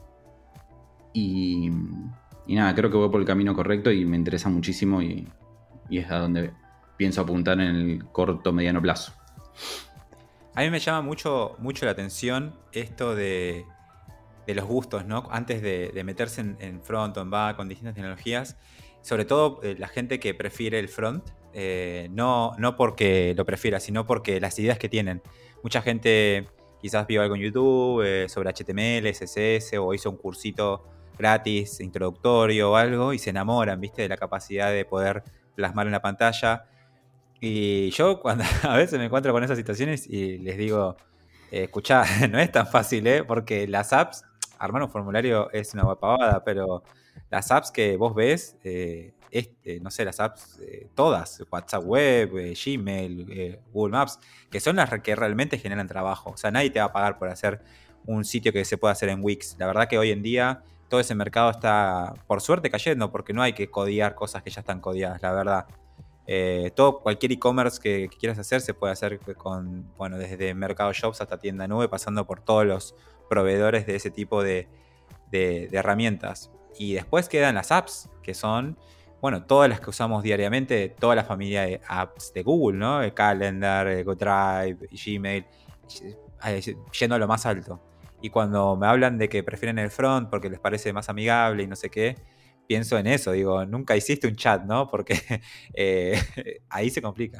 Y nada, creo que voy por el camino correcto y me interesa muchísimo y es a donde pienso apuntar en el corto mediano plazo. A mí me llama mucho la atención esto de los gustos, ¿no? Antes de meterse en front o en back con distintas tecnologías, sobre todo la gente que prefiere el front, no porque lo prefiera, sino porque las ideas que tienen. Mucha gente quizás vio algo en YouTube sobre HTML, CSS o hizo un cursito gratis, introductorio o algo y se enamoran, ¿viste? De la capacidad de poder plasmar en la pantalla. Y yo cuando a veces me encuentro con esas situaciones y les digo, escuchá, no es tan fácil, porque las apps armar un formulario es una pavada, pero las apps que vos ves, no sé, las apps todas, WhatsApp Web, Gmail, Google Maps, que son las que realmente generan trabajo. O sea, nadie te va a pagar por hacer un sitio que se pueda hacer en Wix. La verdad que hoy en día todo ese mercado está, por suerte, cayendo, porque no hay que codiar cosas que ya están codiadas, la verdad. Cualquier e-commerce que quieras hacer se puede hacer con, bueno, desde Mercado Shops hasta Tienda Nube, pasando por todos los proveedores de ese tipo de herramientas. Y después quedan las apps, que son, bueno, todas las que usamos diariamente, toda la familia de apps de Google, ¿no? El Calendar, el GoDrive, Gmail, yendo a lo más alto. Y cuando me hablan de que prefieren el front porque les parece más amigable y no sé qué, pienso en eso, digo, nunca hiciste un chat, ¿no? Porque ahí se complica.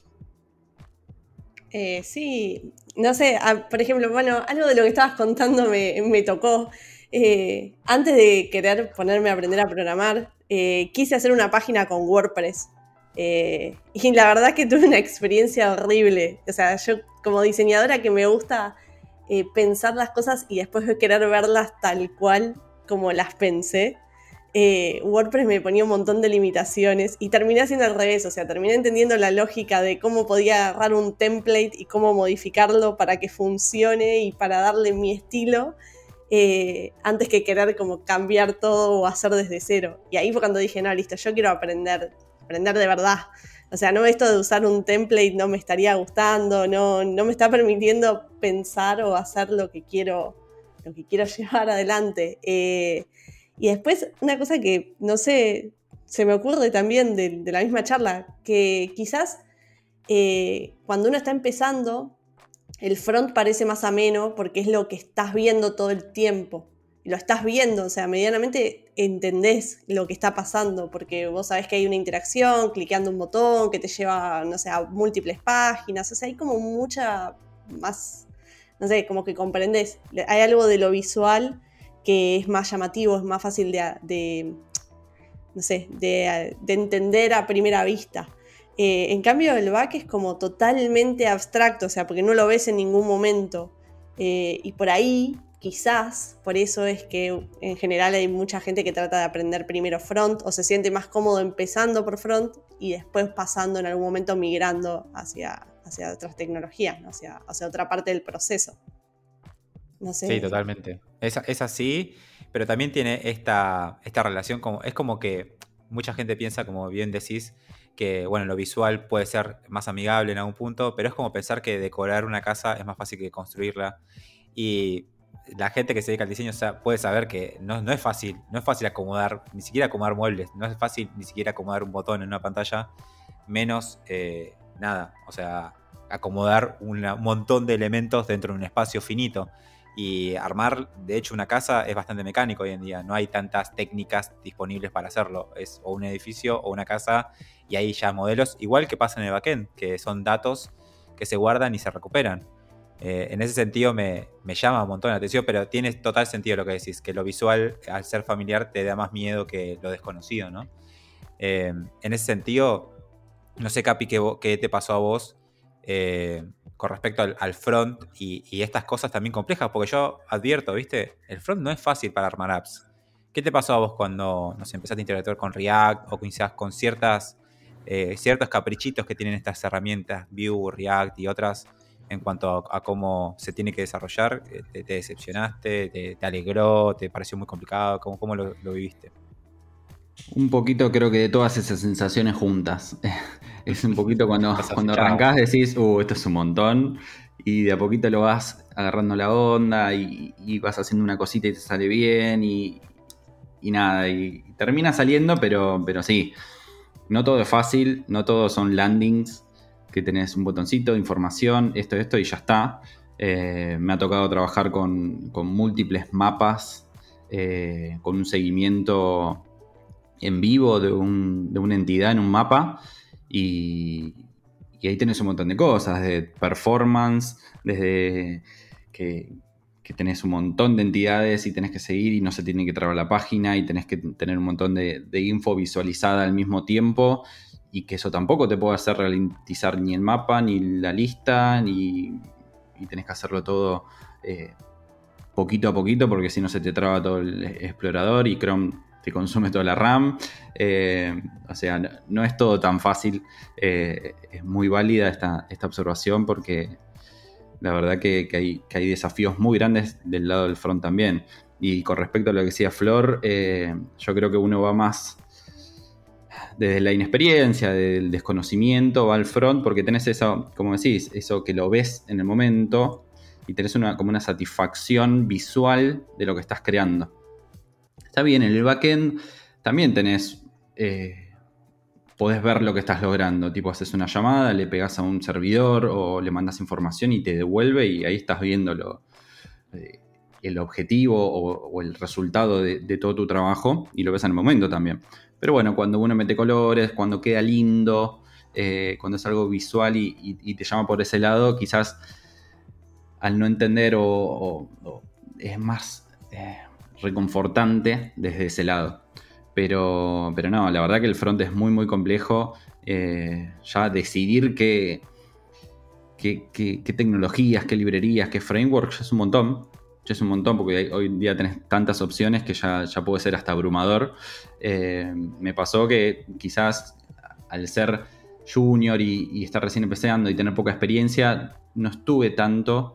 Sí, no sé, por ejemplo, bueno, algo de lo que estabas contando me tocó. Antes de querer ponerme a aprender a programar, quise hacer una página con WordPress. Y la verdad que tuve una experiencia horrible. O sea, yo como diseñadora que me gusta pensar las cosas y después querer verlas tal cual como las pensé. WordPress me ponía un montón de limitaciones y terminé haciendo al revés, o sea, terminé entendiendo la lógica de cómo podía agarrar un template y cómo modificarlo para que funcione y para darle mi estilo, antes que querer como cambiar todo o hacer desde cero. Y ahí fue cuando dije, no, listo, yo quiero aprender de verdad. O sea, no, esto de usar un template no me estaría gustando, no me está permitiendo pensar o hacer lo que quiero llevar adelante. Y después, una cosa que, no sé, se me ocurre también de la misma charla, que quizás cuando uno está empezando, el front parece más ameno porque es lo que estás viendo todo el tiempo. Lo estás viendo, o sea, medianamente entendés lo que está pasando, porque vos sabés que hay una interacción, cliqueando un botón que te lleva, no sé, a múltiples páginas, o sea, hay como mucha más, no sé, como que comprendés. Hay algo de lo visual que es más llamativo, es más fácil no sé, de entender a primera vista. En cambio, el back es como totalmente abstracto, o sea, porque no lo ves en ningún momento. Y por ahí, quizás, por eso es que en general hay mucha gente que trata de aprender primero front o se siente más cómodo empezando por front y después pasando en algún momento migrando hacia otras tecnologías, ¿no? hacia otra parte del proceso. No sé. Sí, totalmente. Es así, pero también tiene esta relación, es como que mucha gente piensa, como bien decís, que bueno, lo visual puede ser más amigable en algún punto, pero es como pensar que decorar una casa es más fácil que construirla. Y la gente que se dedica al diseño puede saber que no es fácil, acomodar, ni siquiera acomodar muebles, no es fácil ni siquiera acomodar un botón en una pantalla, menos nada, o sea, acomodar un montón de elementos dentro de un espacio finito. Y armar, de hecho, una casa es bastante mecánico hoy en día. No hay tantas técnicas disponibles para hacerlo. Es o un edificio o una casa y hay ya modelos, igual que pasa en el backend, que son datos que se guardan y se recuperan. En ese sentido me llama un montón la atención, pero tiene total sentido lo que decís, que lo visual, al ser familiar, te da más miedo que lo desconocido, ¿no? En ese sentido, no sé, Capi, qué te pasó a vos con respecto al front y estas cosas también complejas, porque yo advierto, ¿viste? El front no es fácil para armar apps. ¿Qué te pasó a vos cuando empezaste a interactuar con React o quizás con ciertos caprichitos que tienen estas herramientas, Vue, React y otras, en cuanto a cómo se tiene que desarrollar? ¿Te decepcionaste? ¿Te alegró? ¿Te pareció muy complicado? ¿Cómo lo viviste? Un poquito creo que de todas esas sensaciones juntas. Es un poquito cuando arrancás decís, esto es un montón, y de a poquito lo vas agarrando la onda y vas haciendo una cosita y te sale bien y nada, y termina saliendo, pero sí, no todo es fácil, no todos son landings que tenés un botoncito de información, esto y ya está. Me ha tocado trabajar con múltiples mapas, con un seguimiento en vivo de una entidad en un mapa y ahí tenés un montón de cosas, de performance, desde que tenés un montón de entidades y tenés que seguir y no se tiene que trabar la página y tenés que tener un montón de info visualizada al mismo tiempo y que eso tampoco te puede hacer ralentizar ni el mapa, ni la lista, y tenés que hacerlo todo poquito a poquito, porque si no se te traba todo el explorador y Chrome te consume toda la RAM. O sea, no es todo tan fácil. Es muy válida esta observación, porque la verdad que hay desafíos muy grandes del lado del front también. Y con respecto a lo que decía Flor, yo creo que uno va más desde la inexperiencia, del desconocimiento, va al front, porque tenés eso, como decís, eso que lo ves en el momento y tenés como una satisfacción visual de lo que estás creando. Está bien, en el backend también tenés, podés ver lo que estás logrando, tipo haces una llamada, le pegás a un servidor o le mandás información y te devuelve, y ahí estás viendo el objetivo o el resultado de todo tu trabajo, y lo ves en el momento también. Pero bueno, cuando uno mete colores, cuando queda lindo, cuando es algo visual y te llama por ese lado, quizás al no entender o es más reconfortante desde ese lado. Pero no, la verdad que el front es muy muy complejo. Ya decidir qué tecnologías, qué librerías, qué frameworks, ya es un montón. Ya es un montón, porque hoy en día tenés tantas opciones que ya puede ser hasta abrumador. Me pasó que quizás al ser junior y estar recién empezando y tener poca experiencia, no estuve tanto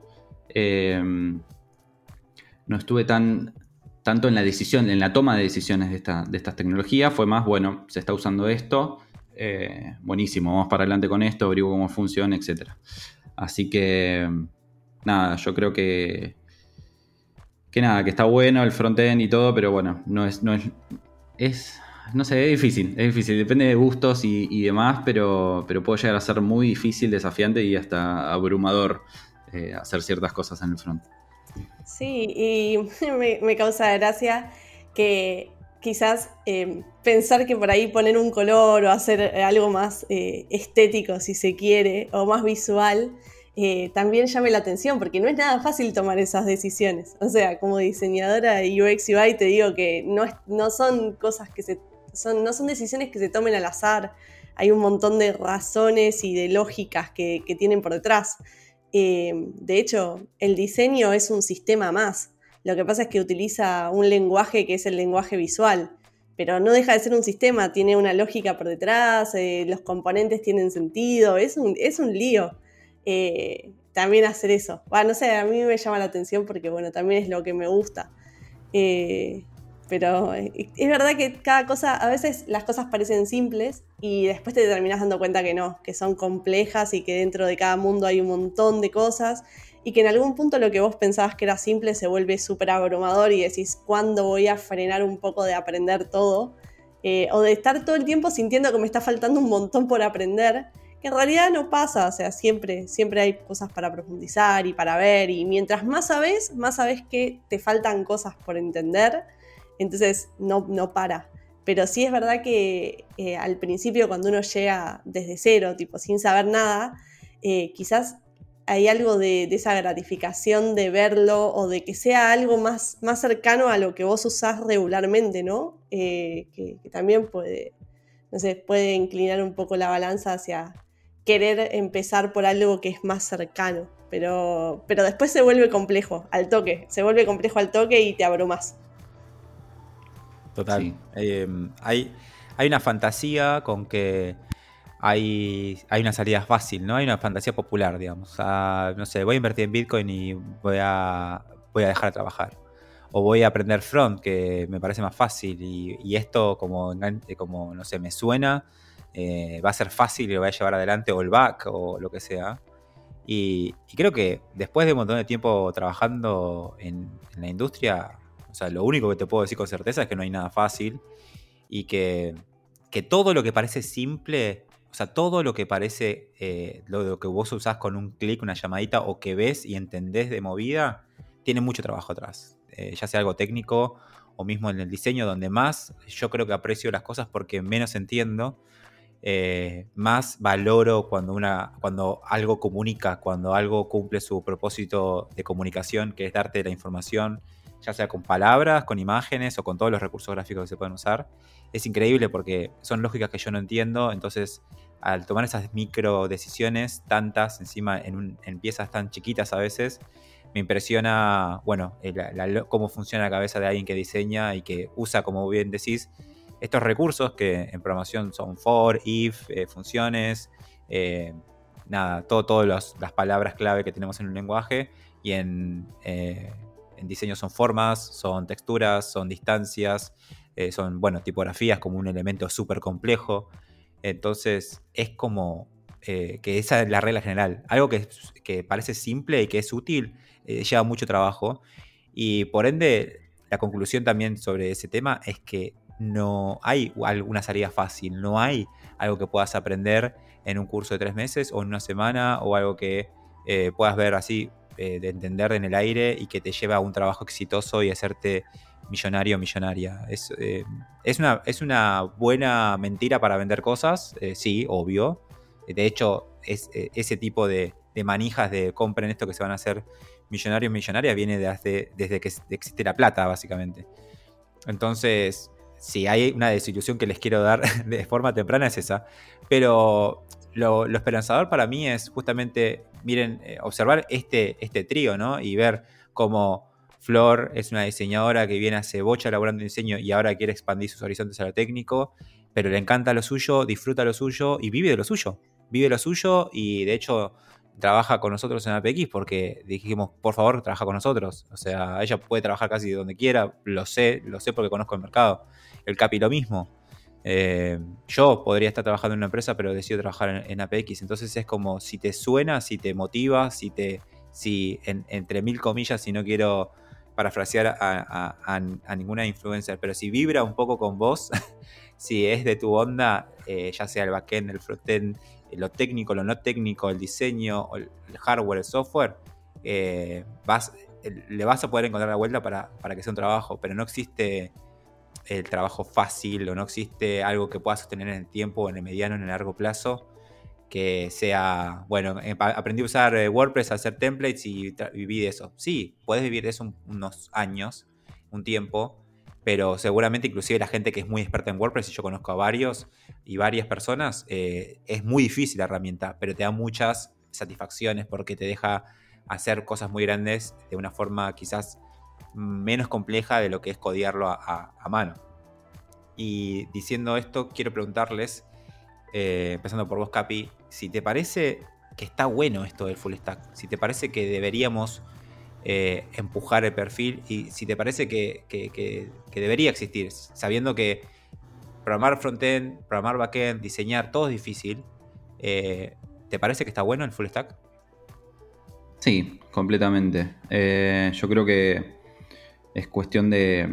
tanto en la decisión, en la toma de decisiones de estas tecnologías. Fue más, bueno, se está usando esto, buenísimo, vamos para adelante con esto, averiguo cómo funciona, etc. Así que, nada, yo creo que nada, que está bueno el frontend y todo, pero bueno, no sé, es difícil, depende de gustos y demás, pero puede llegar a ser muy difícil, desafiante y hasta abrumador hacer ciertas cosas en el front. Sí, y me causa gracia que quizás pensar que por ahí poner un color o hacer algo más estético, si se quiere, o más visual, también llame la atención, porque no es nada fácil tomar esas decisiones. O sea, como diseñadora de UX UI te digo que no son cosas no son decisiones que se tomen al azar. Hay un montón de razones y de lógicas que tienen por detrás. De hecho, el diseño es un sistema más. Lo que pasa es que utiliza un lenguaje que es el lenguaje visual, pero no deja de ser un sistema, tiene una lógica por detrás, los componentes tienen sentido, es un lío también hacer eso. Bueno, no sé, a mí me llama la atención porque, bueno, también es lo que me gusta. Pero es verdad que cada cosa, a veces las cosas parecen simples y después te terminas dando cuenta que no, que son complejas y que dentro de cada mundo hay un montón de cosas y que en algún punto lo que vos pensabas que era simple se vuelve súper abrumador y decís, ¿cuándo voy a frenar un poco de aprender todo? O de estar todo el tiempo sintiendo que me está faltando un montón por aprender, que en realidad no pasa, o sea, siempre hay cosas para profundizar y para ver, y mientras más sabes que te faltan cosas por entender. Entonces no para. Pero sí es verdad que al principio, cuando uno llega desde cero, tipo sin saber nada, quizás hay algo de esa gratificación de verlo o de que sea algo más cercano a lo que vos usás regularmente, ¿no? Que también puede inclinar un poco la balanza hacia querer empezar por algo que es más cercano. Pero después se vuelve complejo al toque y te abrumas. Total. Sí. Hay una fantasía con que hay una salida fácil, ¿no? Hay una fantasía popular, digamos. O sea, no sé, voy a invertir en Bitcoin y voy a dejar de trabajar. O voy a aprender front, que me parece más fácil. Y esto, como no sé, me suena, va a ser fácil y lo voy a llevar adelante, o el back, o lo que sea. Y creo que después de un montón de tiempo trabajando en la industria, o sea, lo único que te puedo decir con certeza es que no hay nada fácil y que todo lo que parece simple, o sea, todo lo que parece lo que vos usás con un clic, una llamadita, o que ves y entendés de movida, tiene mucho trabajo atrás. Ya sea algo técnico o mismo en el diseño, donde más yo creo que aprecio las cosas porque menos entiendo. Más valoro cuando algo comunica, cuando algo cumple su propósito de comunicación, que es darte la información, ya sea con palabras, con imágenes o con todos los recursos gráficos que se pueden usar. Es increíble porque son lógicas que yo no entiendo, entonces al tomar esas micro decisiones, tantas encima en piezas tan chiquitas a veces, me impresiona, bueno, cómo funciona la cabeza de alguien que diseña y que usa, como bien decís, estos recursos que en programación son for, if, funciones, todas las palabras clave que tenemos en un lenguaje, y en diseño son formas, son texturas, son distancias, son, bueno, tipografías como un elemento súper complejo. Entonces es como que esa es la regla general. Algo que parece simple y que es útil, lleva mucho trabajo. Y por ende, la conclusión también sobre ese tema es que no hay alguna salida fácil, no hay algo que puedas aprender en un curso de 3 meses o en una semana, o algo que puedas ver así, de entender en el aire y que te lleve a un trabajo exitoso y hacerte millonario o millonaria. Es una buena mentira para vender cosas, sí, obvio. De hecho, ese tipo de manijas de compren esto que se van a hacer millonarios o millonarias viene desde que existe la plata, básicamente. Entonces, si hay una desilusión que les quiero dar de forma temprana es esa. Pero lo esperanzador para mí es justamente, miren, observar este trío, ¿no? Y ver cómo Flor es una diseñadora que viene hace bocha elaborando diseño y ahora quiere expandir sus horizontes a lo técnico, pero le encanta lo suyo, disfruta lo suyo y vive de lo suyo. Vive lo suyo y de hecho trabaja con nosotros en APX porque dijimos, por favor, trabaja con nosotros. O sea, ella puede trabajar casi donde quiera, lo sé porque conozco el mercado. El Capi lo mismo. Yo podría estar trabajando en una empresa, pero decido trabajar en APX. Entonces es como si te suena, si te motiva, si entre mil comillas, si no quiero parafrasear a ninguna influencer, pero si vibra un poco con vos, si es de tu onda, ya sea el backend, el frontend, lo técnico, lo no técnico, el diseño, el hardware, el software, le vas a poder encontrar la vuelta para que sea un trabajo, pero no existe el trabajo fácil o no existe algo que puedas sostener en el tiempo, en el mediano, en el largo plazo, que sea, bueno, aprendí a usar WordPress, a hacer templates y viví de eso. Sí, puedes vivir de eso unos años, un tiempo, pero seguramente inclusive la gente que es muy experta en WordPress, y yo conozco a varios y varias personas, es muy difícil la herramienta, pero te da muchas satisfacciones porque te deja hacer cosas muy grandes de una forma quizás menos compleja de lo que es codearlo a mano. Y diciendo esto, quiero preguntarles, empezando por vos, Capi, si te parece que está bueno esto del full stack, si te parece que deberíamos empujar el perfil y si te parece que debería existir, sabiendo que programar frontend, programar backend, diseñar, todo es difícil. ¿Te parece que está bueno el full stack? Sí, completamente. Yo creo que es cuestión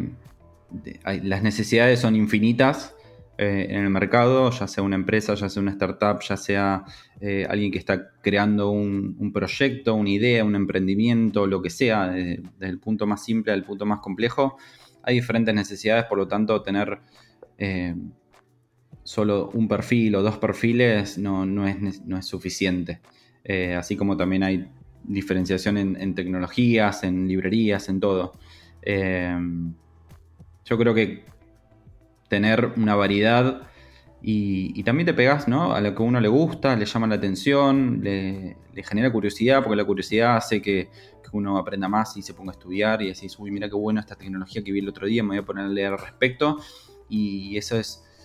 las necesidades son infinitas en el mercado, ya sea una empresa, ya sea una startup, ya sea alguien que está creando un proyecto, una idea, un emprendimiento, lo que sea, desde el punto más simple al punto más complejo. Hay diferentes necesidades, por lo tanto, tener solo un perfil o dos perfiles no es suficiente. Así como también hay diferenciación en tecnologías, en librerías, en todo. Yo creo que tener una variedad y también te pegás, ¿no?, a lo que a uno le gusta, le llama la atención, le genera curiosidad, porque la curiosidad hace que uno aprenda más y se ponga a estudiar y decís, uy, mira qué bueno esta tecnología que vi el otro día, me voy a poner a leer al respecto. Y eso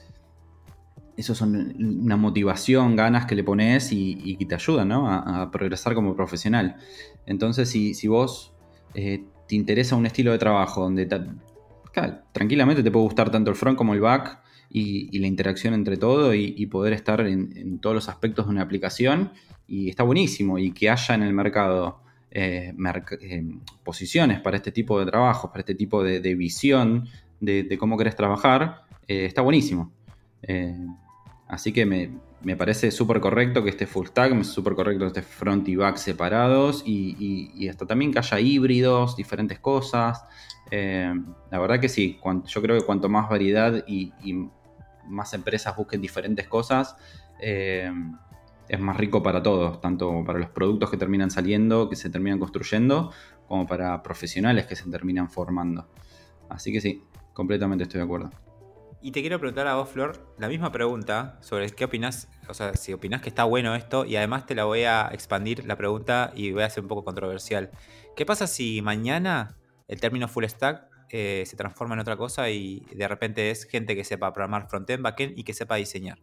son una motivación, ganas que le pones y que te ayudan, ¿no?, a progresar como profesional. Entonces, si vos te interesa un estilo de trabajo donde tranquilamente te puede gustar tanto el front como el back y la interacción entre todo y poder estar en todos los aspectos de una aplicación, y está buenísimo, y que haya en el mercado posiciones para este tipo de trabajos, para este tipo de visión de cómo querés trabajar, está buenísimo. Así que me parece súper correcto que esté full stack, me súper correcto que esté front y back separados y hasta también que haya híbridos, diferentes cosas. La verdad que sí, yo creo que cuanto más variedad y más empresas busquen diferentes cosas, es más rico para todos, tanto para los productos que terminan saliendo, que se terminan construyendo, como para profesionales que se terminan formando. Así que sí, completamente estoy de acuerdo. Y te quiero preguntar a vos, Flor, la misma pregunta sobre qué opinás, o sea, si opinás que está bueno esto, y además te la voy a expandir la pregunta y voy a ser un poco controversial. ¿Qué pasa si mañana el término full stack se transforma en otra cosa y de repente es gente que sepa programar frontend, backend y que sepa diseñar?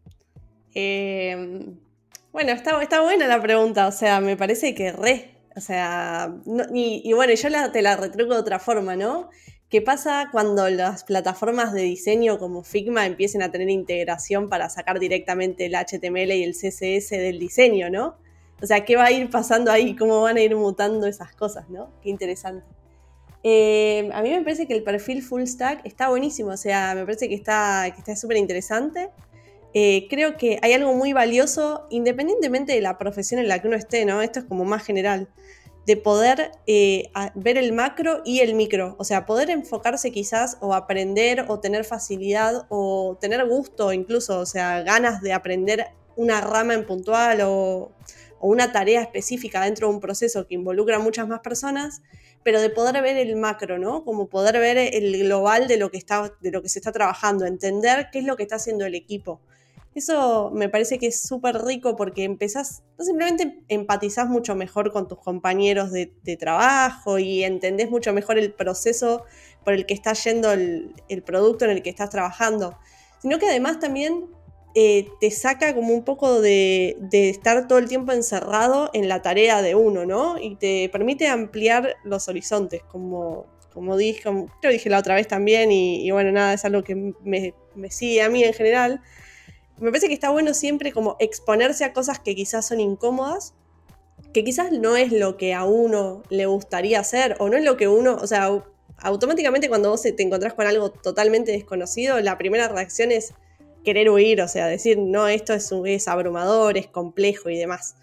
Bueno, está buena la pregunta, o sea, me parece que o sea, y bueno, yo te la retruco de otra forma, ¿no? ¿Qué pasa cuando las plataformas de diseño como Figma empiecen a tener integración para sacar directamente el HTML y el CSS del diseño, ¿no? O sea, ¿qué va a ir pasando ahí? ¿Cómo van a ir mutando esas cosas, ¿no? Qué interesante. A mí me parece que el perfil full stack está buenísimo, o sea, me parece que está súper interesante. Creo que hay algo muy valioso, independientemente de la profesión en la que uno esté, ¿no? Esto es como más general, de poder ver el macro y el micro. O sea, poder enfocarse quizás o aprender o tener facilidad o tener gusto incluso, o sea, ganas de aprender una rama en puntual o una tarea específica dentro de un proceso que involucra a muchas más personas, pero de poder ver el macro, ¿no? Como poder ver el global de lo que se está trabajando, entender qué es lo que está haciendo el equipo. Eso me parece que es súper rico porque no simplemente empatizás mucho mejor con tus compañeros de trabajo y entendés mucho mejor el proceso por el que está yendo el producto en el que estás trabajando, sino que además también te saca como un poco de estar todo el tiempo encerrado en la tarea de uno, ¿no? Y te permite ampliar los horizontes, como dije la otra vez también, y bueno, nada, es algo que me sigue a mí en general. Me parece que está bueno siempre como exponerse a cosas que quizás son incómodas, que quizás no es lo que a uno le gustaría hacer, o no es lo que uno, o sea, automáticamente cuando vos te encontrás con algo totalmente desconocido, la primera reacción es querer huir, o sea, decir, no, esto es abrumador, es complejo y demás.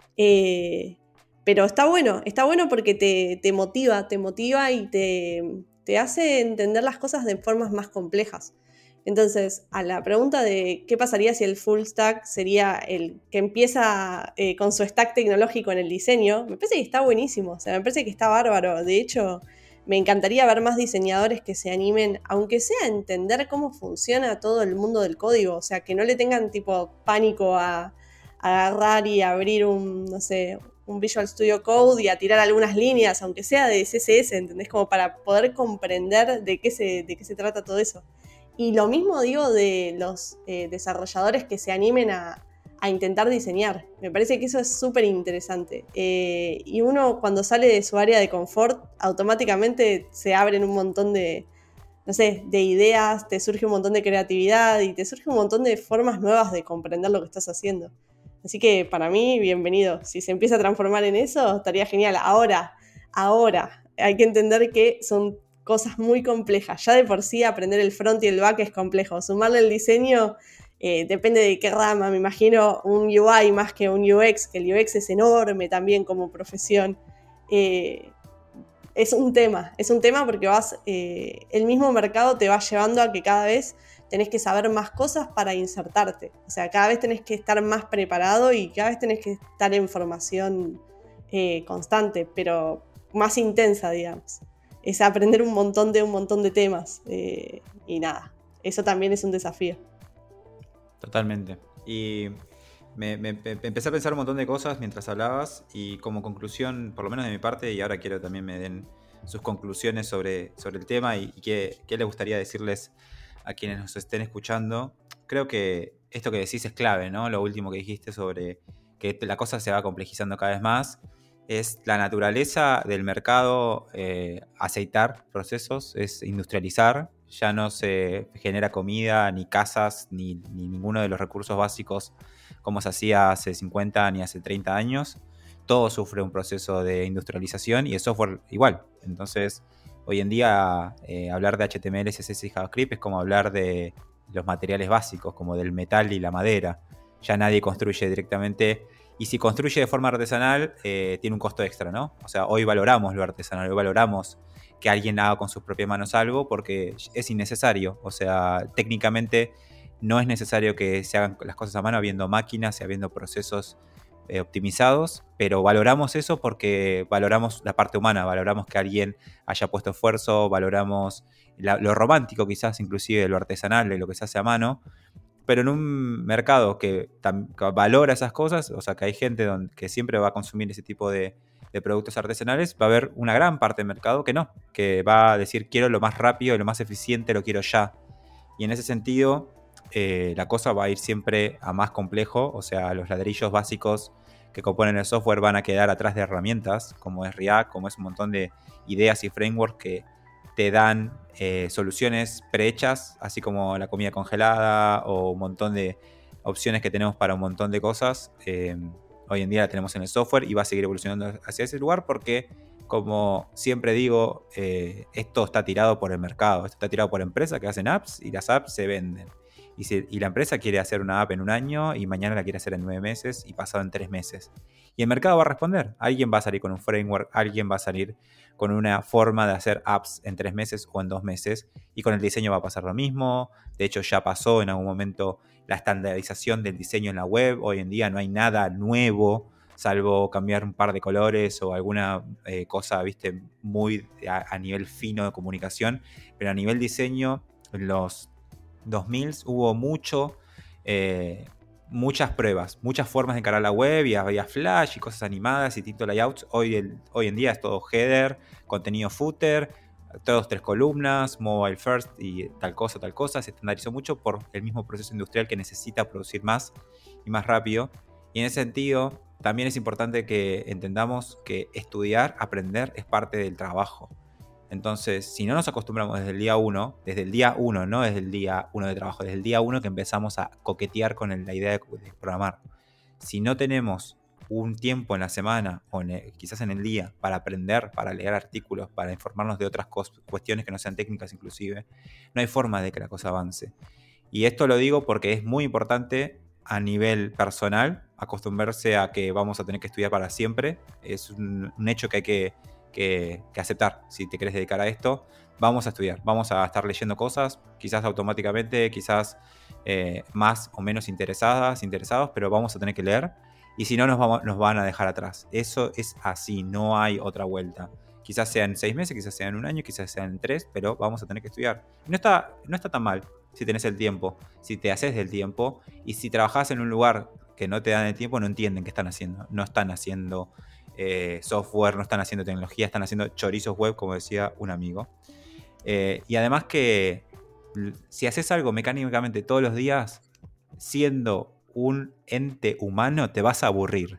Pero está bueno porque te motiva y te hace entender las cosas de formas más complejas. Entonces, a la pregunta de qué pasaría si el full stack sería el que empieza con su stack tecnológico en el diseño, me parece que está buenísimo, o sea, me parece que está bárbaro. De hecho, me encantaría ver más diseñadores que se animen, aunque sea a entender cómo funciona todo el mundo del código, o sea, que no le tengan tipo pánico a agarrar y abrir un Visual Studio Code y a tirar algunas líneas, aunque sea de CSS, ¿entendés? Como para poder comprender de qué se trata todo eso. Y lo mismo digo de los desarrolladores que se animen a intentar diseñar. Me parece que eso es súper interesante. Y uno cuando sale de su área de confort, automáticamente se abren un montón de ideas, te surge un montón de creatividad y te surge un montón de formas nuevas de comprender lo que estás haciendo. Así que para mí, bienvenido. Si se empieza a transformar en eso, estaría genial. Ahora, hay que entender que son cosas muy complejas. Ya de por sí aprender el front y el back es complejo. Sumarle el diseño depende de qué rama. Me imagino un UI más que un UX, que el UX es enorme también como profesión. Es un tema porque el mismo mercado te va llevando a que cada vez tenés que saber más cosas para insertarte. O sea, cada vez tenés que estar más preparado y cada vez tenés que estar en formación constante, pero más intensa, digamos. Es aprender un montón de temas. Y nada, eso también es un desafío. Totalmente. Y me empecé a pensar un montón de cosas mientras hablabas y como conclusión, por lo menos de mi parte, y ahora quiero también me den sus conclusiones sobre el tema y qué les gustaría decirles a quienes nos estén escuchando. Creo que esto que decís es clave, ¿no? Lo último que dijiste sobre que la cosa se va complejizando cada vez más. Es la naturaleza del mercado aceitar procesos, es industrializar. Ya no se genera comida, ni casas, ni ninguno de los recursos básicos como se hacía hace 50 ni hace 30 años. Todo sufre un proceso de industrialización y el software igual. Entonces, hoy en día hablar de HTML, CSS y JavaScript es como hablar de los materiales básicos, como del metal y la madera. Ya nadie construye directamente, y si construye de forma artesanal, tiene un costo extra, ¿no? O sea, hoy valoramos lo artesanal, hoy valoramos que alguien haga con sus propias manos algo porque es innecesario. O sea, técnicamente no es necesario que se hagan las cosas a mano habiendo máquinas y habiendo procesos optimizados, pero valoramos eso porque valoramos la parte humana, valoramos que alguien haya puesto esfuerzo, valoramos lo romántico quizás, inclusive lo artesanal, de lo que se hace a mano, pero en un mercado que valora esas cosas, o sea, que hay gente que siempre va a consumir ese tipo de productos artesanales, va a haber una gran parte del mercado que no, que va a decir quiero lo más rápido, lo más eficiente, lo quiero ya. Y en ese sentido, la cosa va a ir siempre a más complejo, o sea, los ladrillos básicos que componen el software van a quedar atrás de herramientas, como es React, como es un montón de ideas y frameworks que te dan soluciones prehechas, así como la comida congelada o un montón de opciones que tenemos para un montón de cosas. Hoy en día la tenemos en el software y va a seguir evolucionando hacia ese lugar porque, como siempre digo, esto está tirado por el mercado, esto está tirado por empresas que hacen apps y las apps se venden. Y la empresa quiere hacer una app en un año y mañana la quiere hacer en 9 meses y pasado en 3 meses. Y el mercado va a responder. Alguien va a salir con un framework, alguien va a salir con una forma de hacer apps en 3 meses o en 2 meses. Y con el diseño va a pasar lo mismo. De hecho, ya pasó en algún momento la estandarización del diseño en la web. Hoy en día no hay nada nuevo, salvo cambiar un par de colores o alguna cosa, viste, muy a nivel fino de comunicación. Pero a nivel diseño, en los 2000 hubo muchas pruebas, muchas formas de encarar la web, y había flash y cosas animadas y distintos layouts. Hoy en día es todo header, contenido footer, todos 3 columnas, mobile first y tal cosa. Se estandarizó mucho por el mismo proceso industrial que necesita producir más y más rápido. Y en ese sentido, también es importante que entendamos que estudiar, aprender es parte del trabajo. Entonces, si no nos acostumbramos desde el día 1, no desde el día 1 de trabajo, desde el día 1 que empezamos a coquetear con la idea de programar. Si no tenemos un tiempo en la semana o quizás en el día para aprender, para leer artículos, para informarnos de otras cuestiones que no sean técnicas inclusive, no hay forma de que la cosa avance. Y esto lo digo porque es muy importante a nivel personal acostumbrarse a que vamos a tener que estudiar para siempre. Es un hecho que hay que aceptar. Si te querés dedicar a esto, vamos a estudiar, vamos a estar leyendo cosas, quizás automáticamente, quizás más o menos interesados, pero vamos a tener que leer, y si no nos van a dejar atrás. Eso es así, no hay otra vuelta. Quizás sean 6 meses, quizás sean 1 año, quizás sean 3, pero vamos a tener que estudiar. No está tan mal si tenés el tiempo, si te haces del tiempo, y si trabajás en un lugar que no te dan el tiempo, no entienden qué están haciendo. No están haciendo software, no están haciendo tecnología, están haciendo chorizos web, como decía un amigo. Y además que si haces algo mecánicamente todos los días, siendo un ente humano, te vas a aburrir.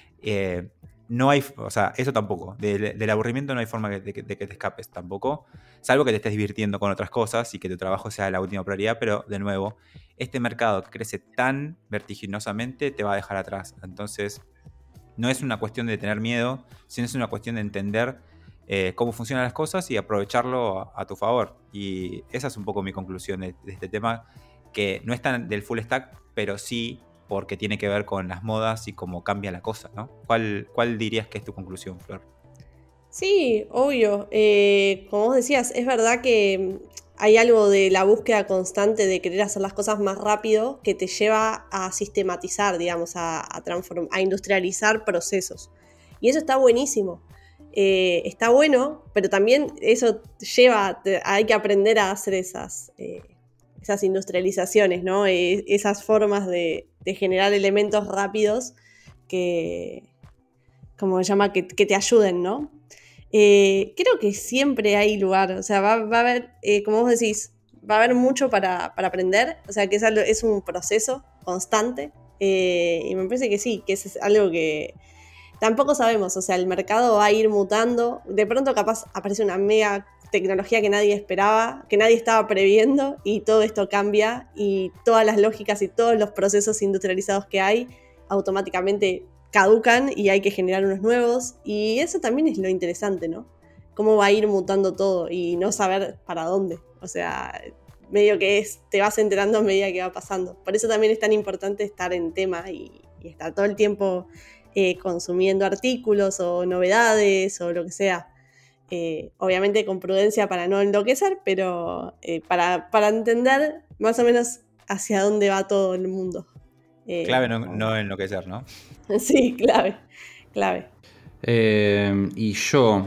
No hay, o sea, eso tampoco. Del aburrimiento no hay forma de que te escapes tampoco, salvo que te estés divirtiendo con otras cosas y que tu trabajo sea la última prioridad. Pero de nuevo, este mercado que crece tan vertiginosamente te va a dejar atrás. Entonces, no es una cuestión de tener miedo, sino es una cuestión de entender cómo funcionan las cosas y aprovecharlo a tu favor. Y esa es un poco mi conclusión de este tema, que no es tan del full stack, pero sí porque tiene que ver con las modas y cómo cambia la cosa, ¿no? ¿Cuál dirías que es tu conclusión, Flor? Sí, obvio. Como vos decías, es verdad que hay algo de la búsqueda constante de querer hacer las cosas más rápido que te lleva a sistematizar, digamos, a industrializar procesos. Y eso está buenísimo. Está bueno, pero también eso hay que aprender a hacer esas industrializaciones, ¿no? Esas formas de generar elementos rápidos que, como se llama, que te ayuden, ¿no? Creo que siempre hay lugar, o sea, va a haber, como vos decís, va a haber mucho para aprender, o sea, que es un proceso constante, y me parece que sí, que es algo que tampoco sabemos, o sea, el mercado va a ir mutando, de pronto capaz aparece una mega tecnología que nadie esperaba, que nadie estaba previendo, y todo esto cambia, y todas las lógicas y todos los procesos industrializados que hay automáticamente caducan y hay que generar unos nuevos, y eso también es lo interesante, ¿no? Cómo va a ir mutando todo y no saber para dónde, o sea, medio que te vas enterando a medida que va pasando. Por eso también es tan importante estar en tema y estar todo el tiempo consumiendo artículos o novedades o lo que sea. Obviamente con prudencia para no enloquecer, pero para entender más o menos hacia dónde va todo el mundo. Clave no enloquecer, ¿no? Sí, clave. Y yo...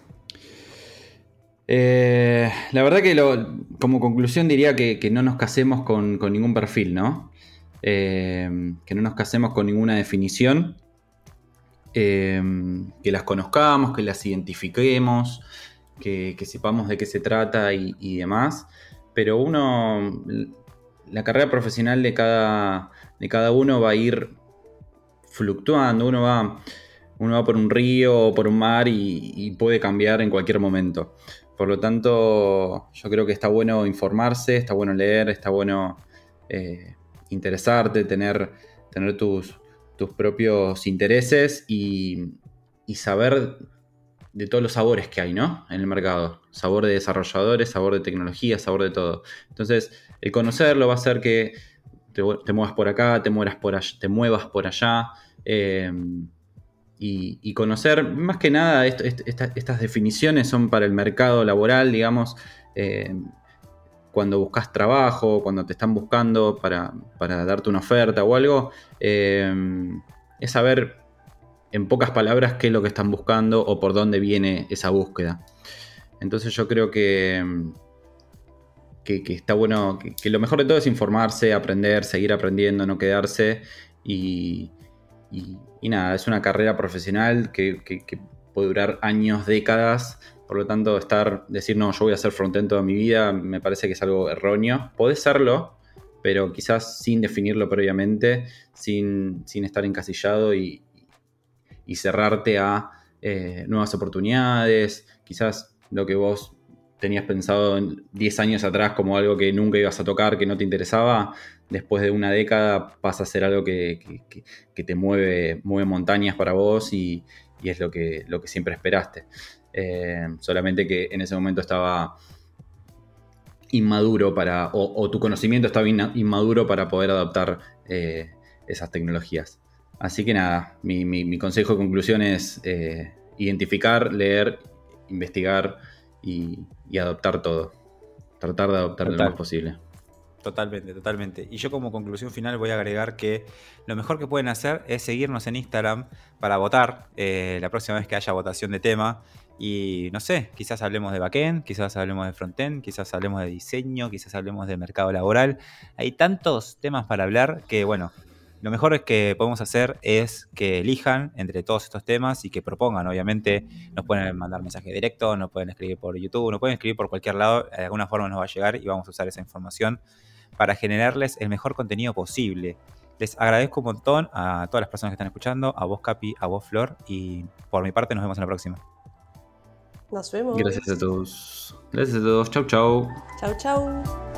la verdad que como conclusión diría que no nos casemos con ningún perfil, ¿no? Que no nos casemos con ninguna definición. Que las conozcamos, que las identifiquemos, que sepamos de qué se trata y demás. Pero la carrera profesional de cada uno va a ir fluctuando. Uno va por un río o por un mar y puede cambiar en cualquier momento. Por lo tanto, yo creo que está bueno informarse, está bueno leer, está bueno interesarte, tener tus propios intereses y saber de todos los sabores que hay, ¿no? En el mercado. Sabor de desarrolladores, sabor de tecnología, sabor de todo. Entonces, el conocerlo va a hacer que te muevas por acá, te muevas por allá. Y conocer, más que nada, estas definiciones son para el mercado laboral, digamos, cuando buscas trabajo, cuando te están buscando para darte una oferta o algo, es saber en pocas palabras qué es lo que están buscando o por dónde viene esa búsqueda. Entonces yo creo que está bueno, que lo mejor de todo es informarse, aprender, seguir aprendiendo, no quedarse y nada, es una carrera profesional que puede durar años, décadas. Por lo tanto, decir, no, yo voy a hacer frontend toda mi vida, me parece que es algo erróneo. Podés serlo, pero quizás sin definirlo previamente, sin estar encasillado y cerrarte a nuevas oportunidades. Quizás lo que vos tenías pensado 10 años atrás como algo que nunca ibas a tocar, que no te interesaba, después de una década pasa a ser algo que te mueve montañas para vos y es lo que siempre esperaste. Solamente que en ese momento estaba inmaduro o tu conocimiento estaba inmaduro para poder adoptar esas tecnologías. Así que nada, mi consejo de conclusión es identificar, leer, investigar y adoptar todo. Tratar de adoptar lo más posible. Totalmente. Y yo como conclusión final voy a agregar que lo mejor que pueden hacer es seguirnos en Instagram para votar la próxima vez que haya votación de tema. Y no sé, quizás hablemos de backend, quizás hablemos de frontend, quizás hablemos de diseño, quizás hablemos de mercado laboral. Hay tantos temas para hablar que, bueno, lo mejor que podemos hacer es que elijan entre todos estos temas y que propongan. Obviamente nos pueden mandar mensaje directo, nos pueden escribir por YouTube, nos pueden escribir por cualquier lado. De alguna forma nos va a llegar y vamos a usar esa información para generarles el mejor contenido posible. Les agradezco un montón a todas las personas que están escuchando, a vos Capi, a vos Flor, y por mi parte nos vemos en la próxima. Nos vemos. Gracias a todos. Chau. Chau.